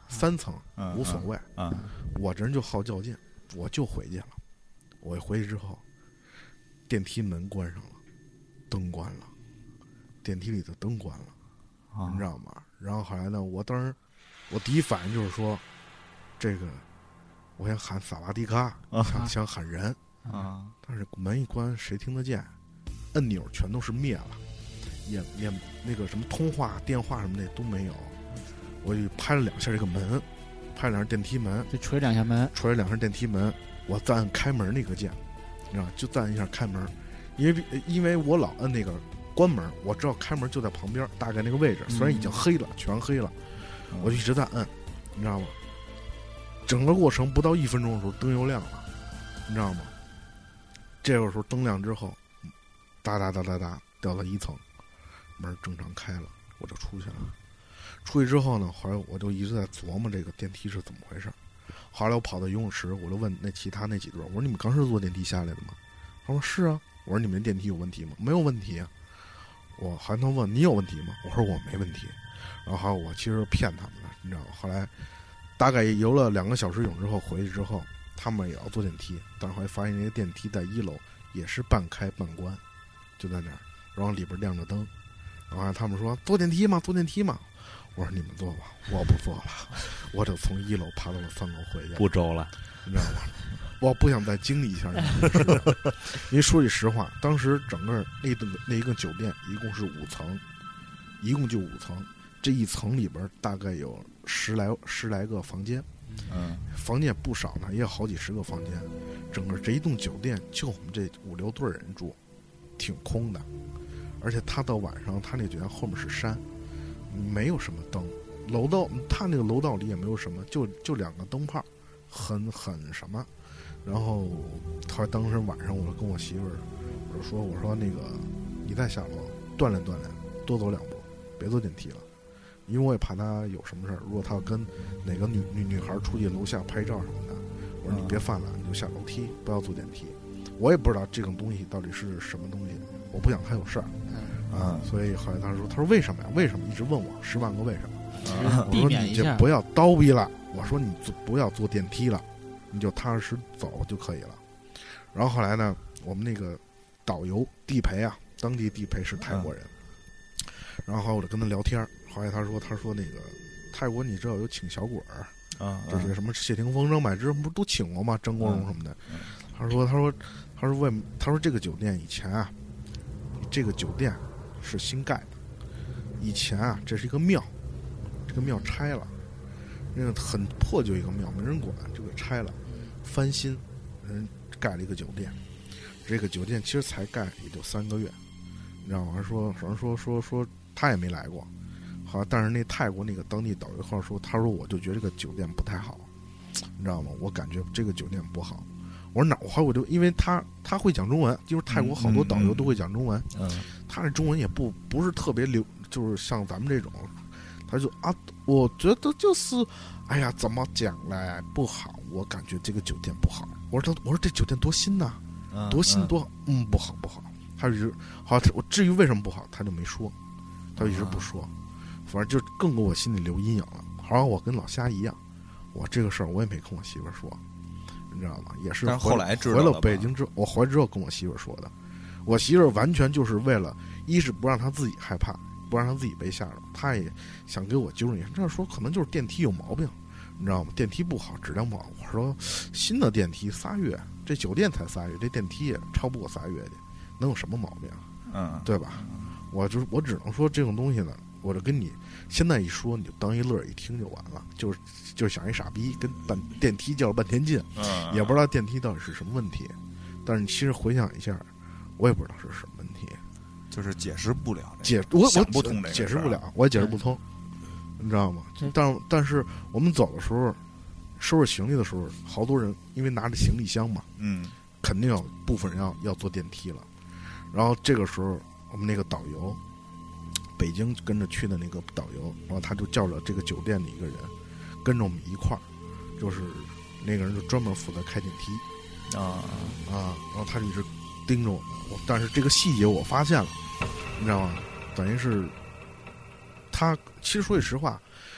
三层无所谓。 嗯， 我这人就好较劲，我就回去了。我一回去之后，电梯门关上了，灯关了，电梯里的灯关了， 啊、 你知道吗？然后后来呢，我当时我第一反应就是说，这个我想喊萨瓦迪卡， 啊、 想想喊人啊， 但是门一关，谁听得见？按钮全都是灭了，也也那个什么通话、电话什么的都没有。我就拍了两下这个门，拍了两下电梯门， 就捶两下门， 捶了两下电梯门。我再按开门那个键，你知道，就再按一下开门，因为因为我老按那个关门，我知道开门就在旁边，大概那个位置，虽然已经黑了，全黑了，我就一直在按，你知道吗？整个过程不到一分钟的时候，灯又亮了，你知道吗？这个时候灯亮之后，哒哒哒哒哒掉到一层，门正常开了，我就出去了。出去之后呢，后来我就一直在琢磨这个电梯是怎么回事。后来我跑到游泳池，我就问那其他那几对，我说你们刚是坐电梯下来的吗？他说是啊。我说你们电梯有问题吗？没有问题啊。我还能问你有问题吗？我说我没问题。然后我其实骗他们了，你知道吗？后来大概游了两个小时泳之后回去之后，他们也要坐电梯，但是后来发现那个电梯在一楼也是半开半关，就在那儿，然后里边亮着灯，然后他们说坐电梯吗？坐电梯吗？我说你们坐吧，我不坐了，我就从一楼爬到了三楼回去， 不周了， 你知道吗？我不想再经历一下那个事，因为说句实话，当时整个那顿那一个酒店一共是五层，一共就五层，这一层里边大概有十来十来个房间， 嗯， 房间不少呢，也有好几十个房间，整个这一栋酒店就我们这五六对人住，挺空的，而且他到晚上他那酒店后面是山。没有什么灯，楼道他那个楼道里也没有什么，就就两个灯泡，很很什么。然后他当时晚上我跟我媳妇儿我就说我说那个你再下楼锻炼锻炼，多走两步，别坐电梯了，因为我也怕他有什么事儿。如果他要跟哪个女女女孩出去楼下拍照什么的，我说你别犯了，你就下楼梯，不要坐电梯。我也不知道这种东西到底是什么东西，我不想他有事儿。啊，所以后来他说：“他说为什么呀？为什么一直问我十万个为什么？” 啊、 我说：“你就不要叨逼了。”我说：“你不要坐电梯了，你就踏踏实实走就可以了。”然后后来呢，我们那个导游地陪啊，当地地陪是泰国人，嗯、然后后来我就跟他聊天。后来他说：“他说那个泰国你知道有请小鬼儿啊，就是什么谢霆锋、张柏芝不是都请过吗？张国荣什么的。嗯”他说：“他说他说为他说这个酒店以前啊，这个酒店。”是新盖的，以前啊，这是一个庙，这个庙拆了，那个很破旧一个庙，没人管，就给拆了，翻新，人盖了一个酒店。这个酒店其实才盖也就三个月，你知道吗？说反正说说说他也没来过，好，但是那泰国那个当地导游号说，他说我就觉得这个酒店不太好，你知道吗？我感觉这个酒店不好。我说哪？我我就因为他他会讲中文，就是泰国好多导游都会讲中文，嗯，嗯他这中文也不不是特别流，就是像咱们这种，他就啊，我觉得就是，哎呀，怎么讲嘞？不好，我感觉这个酒店不好。我说他，我说这酒店多新呐，嗯、多新多好，嗯，不好不好。他就一直好，我至于为什么不好，他就没说，他就一直不说，反正就更给我心里留阴影了。好像我跟老虾一样，我这个事儿我也没跟我媳妇说。你知道吗？也是但是后来知道回了北京之后，我回来之后跟我媳妇说的。我媳妇完全就是为了，一是不让她自己害怕，不让她自己被吓着，她也想给我纠正一下。这样说可能就是电梯有毛病，你知道吗？电梯不好，质量不好。我说新的电梯仨月，这酒店才仨月，这电梯也超不过仨月的，能有什么毛病？嗯，对吧？我就是我只能说这种东西呢，我就跟你现在一说，你就当一乐一听就完了，就是就是想一傻逼跟半电梯较了半天劲，嗯，也不知道电梯到底是什么问题。但是你其实回想一下，我也不知道是什么问题， 就是解释不了， 解我我不通这个解释不了，我也解释不通，嗯、你知道吗？但但是我们走的时候，收拾行李的时候，好多人因为拿着行李箱嘛，嗯，肯定有部分人要要坐电梯了。然后这个时候，我们那个导游，北京跟着去的那个导游，然后他就叫了这个酒店的一个人，跟着我们一块儿，就是那个人就专门负责开电梯，啊啊，然后他就一直盯着我，我但是这个细节我发现了，你知道吗？等于是他其实说句实话，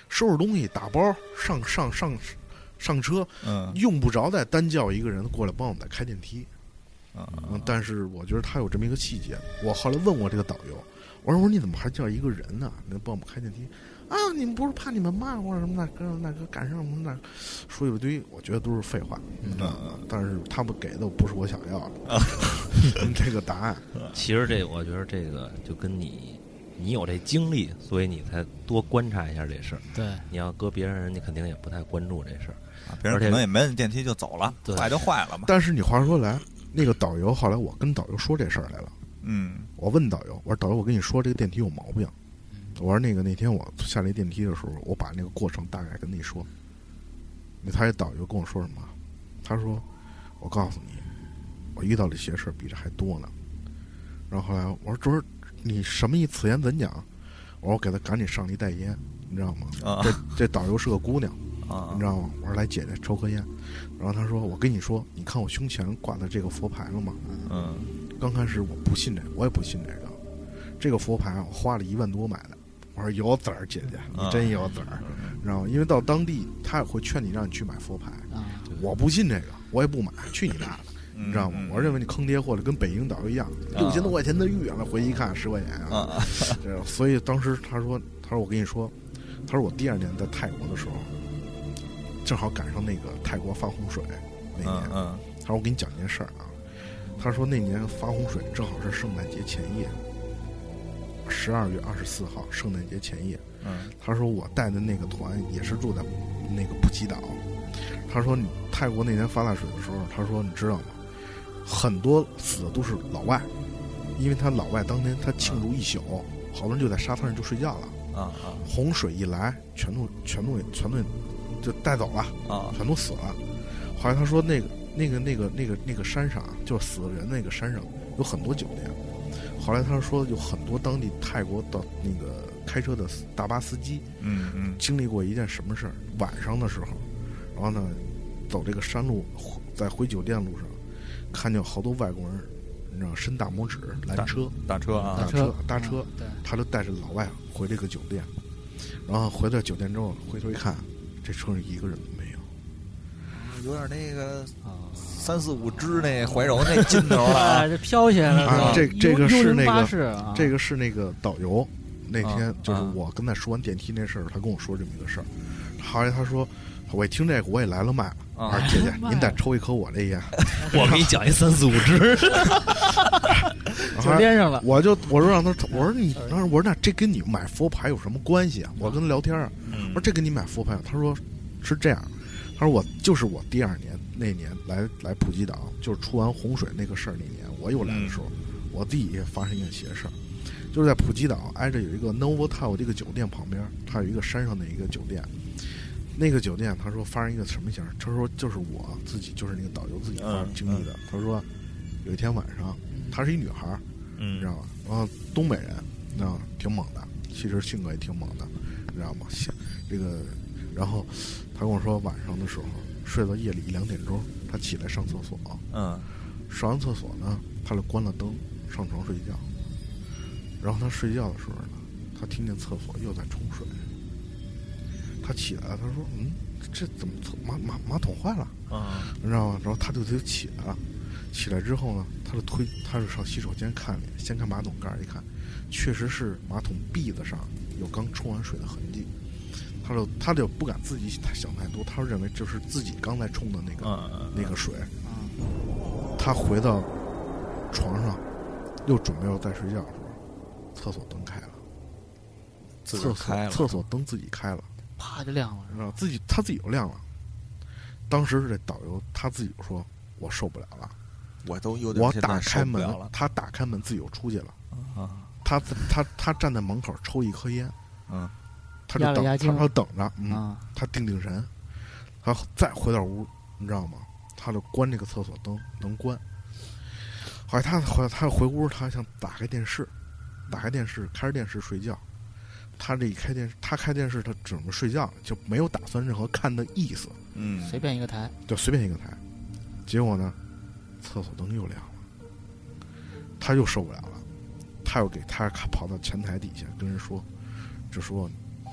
收拾东西打包上上上上车， 嗯， 用不着再单叫一个人过来帮我们再开电梯。 嗯嗯，但是我觉得他有这么一个细节。我后来问过这个导游，我说我说你怎么还叫一个人呢？能帮我们开电梯？啊，你们不是怕你们骂或者什么那个那个赶上什么那，说一堆，我觉得都是废话。嗯，但是他们给的不是我想要的、啊、这个答案。 其实这我觉得这个就跟你你有这经历，所以你才多观察一下这事儿。 对， 你要搁别人，你肯定也不太关注这事儿、 啊，别人可能也没摁电梯就走了，坏就坏了嘛。 但是你话说来，那个导游后来我跟导游说这事儿来了。 嗯， 我问导游，我说导游，我跟你说这个电梯有毛病。我说那个那天我下那电梯的时候，我把那个过程大概跟你说。那他导游跟我说什么？他说：“我告诉你，我遇到的邪事比这还多呢。”然后后来我说：“这是你什么意思？此言怎讲？”我说：“我给他赶紧上了一袋烟，你知道吗？ 啊、 这这导游是个姑娘， 啊、 你知道吗？”我说：“来姐姐抽颗烟。”然后他说：“我跟你说，你看我胸前挂的这个佛牌了吗？” 嗯， 刚开始我不信这个，我也不信这个。这个佛牌我花了一万多买的。我说有籽儿，姐姐，你真有籽儿，你知道吗？因为到当地他也会劝你让你去买佛牌，我不信这个，我也不买，去你妈的，你知道吗？我认为你坑爹货的跟北京导游一样，六千多块钱的玉啊，回去一看十块钱啊，这所以当时他说，他说我跟你说，他说我第二年在泰国的时候，正好赶上那个泰国发洪水那年，他说我给你讲件事儿啊，他说那年发洪水正好是圣诞节前夜。十二月二十四号，圣诞节前夜。 嗯， 他说我带的那个团也是住在那个普吉岛。他说你泰国那年发大水的时候，他说你知道吗？很多死的都是老外，因为他老外当天他庆祝一宿，好多人就在沙滩上就睡觉了。 啊啊！ 洪水一来，全都全都全都就带走了啊，全都死了。后来他说那个那个那个那个那个山上，就是死的人那个山上有很多酒店。后来他说有很多当地泰国的那个开车的大巴司机， 嗯嗯， 经历过一件什么事儿？晚上的时候，然后呢，走这个山路，在回酒店路上，看见好多外国人，你知道伸大拇指拦车， 打车啊， 打车搭车， 嗯、对， 他就带着老外回这个酒店，然后回到酒店之后，回头一看，这车上一个人都没有， 有点那个啊。三四五只那怀柔那劲头了， 这飘起来了。 啊，这这个是那个， 啊、 这个是那个导游。那天就是我跟他说完电梯那事儿，他跟我说这么一个事儿。后来他说，我一听这个我也来了麦了。啊，姐姐，您再抽一颗我这烟， 我给你讲一三四五只， 就连上了。 我就我说让他，我说你，我说那这跟你买佛牌有什么关系啊？我跟他聊天啊，我说这跟你买佛牌，他说是这样，他说我就是我第二年。那年来来普吉岛，就是出完洪水那个事儿那年，我又来的时候，嗯、我自己也发生一件邪事儿，就是在普吉岛挨着有一个 Novotel 这个酒店旁边，它有一个山上的一个酒店，那个酒店他说发生一个什么事儿？他说就是我自己，就是那个导游自己发生经历的。嗯嗯、他说有一天晚上，她是一女孩，嗯、你知道吗？然后东北人，你知道吗？挺猛的，其实性格也挺猛的，你知道吗？这个，然后他跟我说晚上的时候。睡到夜里一两点钟，他起来上厕所。 嗯， 上完厕所呢，他就关了灯，上床睡觉。然后他睡觉的时候呢，他听见厕所又在冲水。他起来了，他说：“嗯，这怎么马马马桶坏了？” 啊、 嗯，你知道吗？然后他就就起来了。起来之后呢，他就推，他就上洗手间看了，先看马桶盖，一看，确实是马桶壁子上有刚冲完水的痕迹。他就他就不敢自己想太多，他认为这是自己刚才冲的那个、嗯、那个水。嗯、他回到床上，又准备要再睡觉的时候，厕所灯开了， 自己开了， 厕所灯自己开了， 啪就亮了， 是吧？自己他自己就亮了。当时这导游他自己说：“我受不了了， 我都有点我打开门了。” 他打开门自己又出去了。 啊、 他他他站在门口抽一颗烟。 嗯。 他就等，他他等着，嗯， 啊、 他定定神，他再回到屋，你知道吗？他就关这个厕所灯，能关。后来他回他回屋，他想打开电视，打开电视，开着电视睡觉。他这一开电视，他开电视，他准备睡觉，就没有打算任何看的意思。 嗯， 随便一个台， 就随便一个台。结果呢，厕所灯又亮了，他又受不了了，他又给他跑到前台底下跟人说，就说。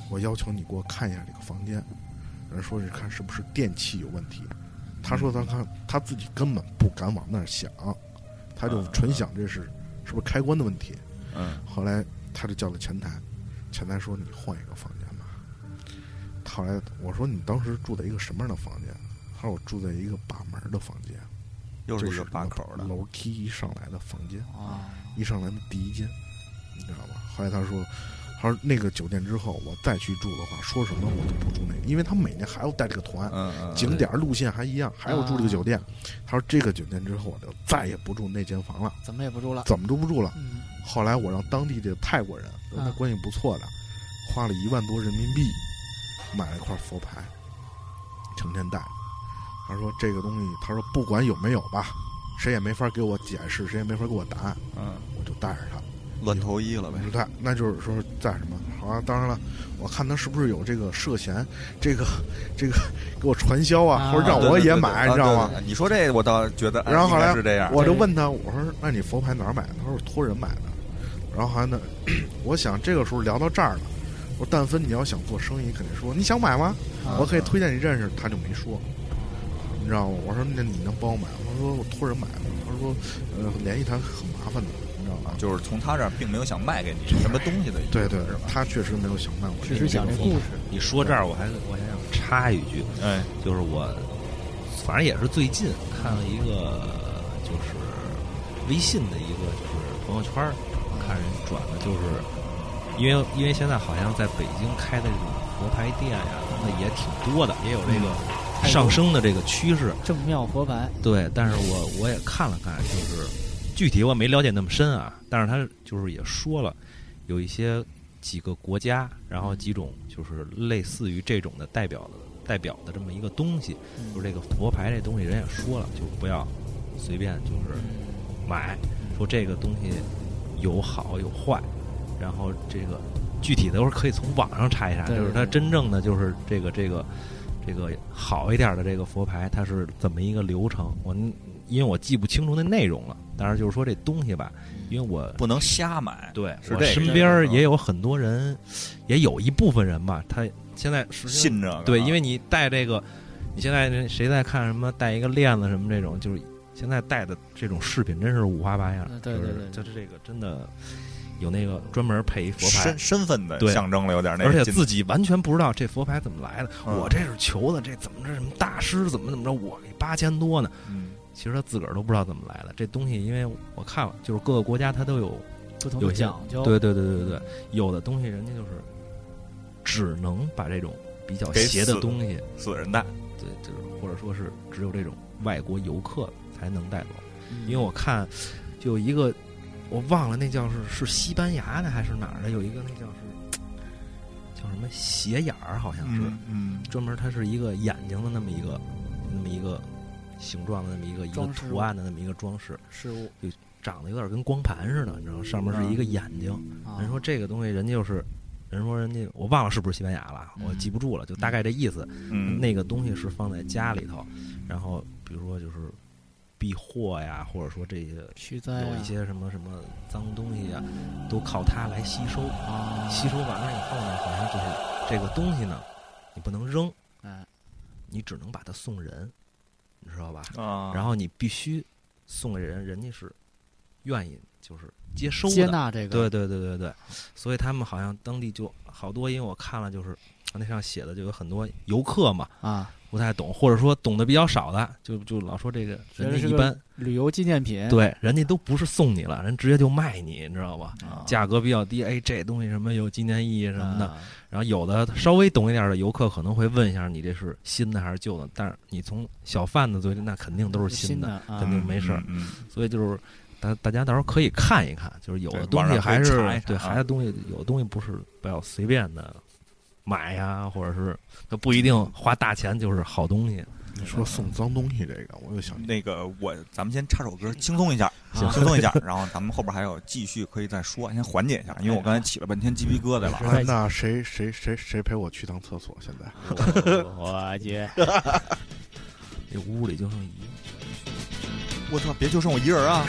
我要求你给我看一下这个房间。人说是看是不是电器有问题。他说他看他自己根本不敢往那儿想，他就纯想这是是不是开关的问题。 嗯， 后来他就叫到前台，前台说你换一个房间吧。后来我说你当时住在一个什么样的房间？他说我住在一个把门的房间， 又是一个把口的楼梯一上来的房间啊， 一上来的第一间，你知道吧？后来他说。他说那个酒店之后我再去住的话，说什么我就不住那个，因为他每年还要带这个团， 嗯嗯， 景点路线还一样，还要住这个酒店。 啊、 他说这个酒店之后我就再也不住那间房了， 怎么也不住了， 怎么都不住了。 嗯、 后来我让当地这个泰国人跟他关系不错的，啊、花了一万多人民币买了一块佛牌，成天带。他说这个东西，他说不管有没有吧，谁也没法给我解释，谁也没法给我答案。 嗯， 我就带着他。 乱投医了呗？ 对，那就是说在什么？好啊，当然了，我看他是不是有这个涉嫌这个这个给我传销啊， 啊或者让我也买， 对对对对你知道吗？ 啊、对对对你说这我倒觉得， 然后后来是这样， 我就问他，我说那你佛牌哪儿买的？他说我托人买的。然后后来呢，我想这个时候聊到这儿了，我说但凡你要想做生意，肯定说你想买吗？ 啊、 我可以推荐你认识，他就没说，你知道吗？我说那你能帮我买？他说我托人买的。他说呃联系他很麻烦的。 就是从他这儿并没有想卖给你什么东西的， 对对，他确实没有想卖我。 只是讲这故事。 你说这儿，我还我还想插一句， 哎， 就是我反正也是最近看了一个，就是微信的一个就是朋友圈，看人转的，就是因为因为现在好像在北京开的这种佛牌店呀，那也挺多的，也有这个上升的这个趋势。 正庙佛牌。 对，但是我我也看了看，就是。具体我没了解那么深啊，但是他就是也说了，有一些几个国家，然后几种就是类似于这种的代表的代表的这么一个东西， 嗯、 就是这个佛牌这东西，人也说了，就不要随便就是买，说这个东西有好有坏，然后这个具体的都是可以从网上查一查，就是它真正的就是这个这个这个好一点的这个佛牌，它是怎么一个流程，我。因为我记不清楚那内容了，当然就是说这东西吧，因为我不能瞎买。 对， 是这个、 我身边也有很多人，也有一部分人吧，他现在信这个。 对，因为你戴这个，你现在谁在看什么戴一个链子什么这种，就是现在戴的这种饰品真是五花八样。 对对对， 就是这个真的有那个专门配一佛牌， 身身份的象征了，有点那个，而且自己完全不知道这佛牌怎么来的。 嗯、 我这是求的，这怎么这什么大师怎么怎么着，我给八千多呢？ 嗯。 其实他自个儿都不知道怎么来的，这东西因为我看了，就是各个国家它都有不同的讲究。 对对对对对，有的东西人家就是只能把这种比较邪的东西死人戴， 对，就是或者说是只有这种外国游客才能带走。 嗯、 因为我看就有一个我忘了那叫是是西班牙的还是哪儿的，有一个那叫是叫什么斜眼儿，好像是， 嗯，嗯专门它是一个眼睛的那么一个那么一个。形状的那么一个一个图案的那么一个装饰事物， 就长得有点跟光盘似的，你知道吗？上面是一个眼睛。 啊、 人说这个东西，人家就是人说人家我忘了是不是西班牙了， 嗯、 我记不住了，就大概这意思。 嗯， 那个东西是放在家里头，然后比如说就是避祸呀，或者说这些驱灾、啊， 有一些什么什么脏东西呀，都靠它来吸收。 啊， 吸收完了以后呢，好像就是这个东西呢，你不能扔， 哎， 你只能把它送人。你知道吧？ 啊， 然后你必须送给人，人家是愿意就是接收的， 接纳这个， 对对对对对，所以他们好像当地就好多，因为我看了就是那上写的就有很多游客嘛啊， 不太懂，或者说懂得比较少的，就就老说这个人家一般旅游纪念品， 对，人家都不是送你了，人直接就卖你，你知道吧？ 啊、 价格比较低，哎，这东西什么有纪念意义什么的。 啊然后有的稍微懂一点的游客可能会问一下你这是新的还是旧的，但是你从小贩子嘴里那肯定都是新的， 新的肯定没事儿。 嗯嗯、 所以就是大大家到时候可以看一看，就是有的东西还是对， 对，还有东西有的东西不是不要随便的买呀，或者是它不一定花大钱就是好东西。 你说送脏东西这个，我就想那个我咱们先插首歌轻松一下， 行轻松一下，然后咱们后边还有继续可以再说，先缓解一下，因为我刚才起了半天鸡皮疙瘩了。 那那谁谁谁谁陪我去趟厕所？现在我去， 这屋里就剩一个， 我操，别就剩我一人啊！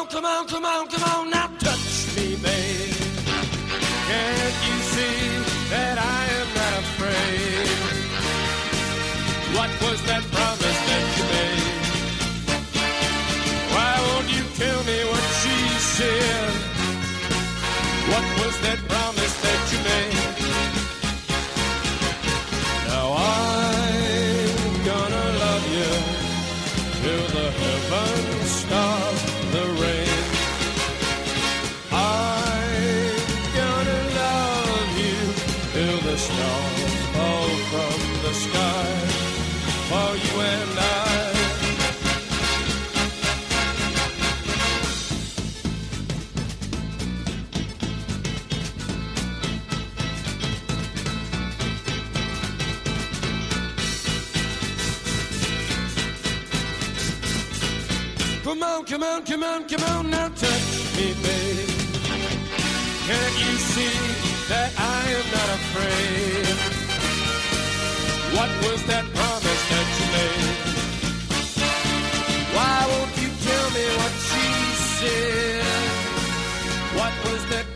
on, come on, come on, come on, now touch me, babe. Can't you see that I am not afraid? What was that promise that you made? Why won't you tell me what she said? What was that promise that you made? Now I'm gonna love you till the heavens stop the rain. I'm gonna love you till the stars fall from the sky for you and I. Come on, come on, come on, come on, now touch me, babe. Can't you see that I am not afraid? What was that promise that you made? Why won't you tell me what she said? What was that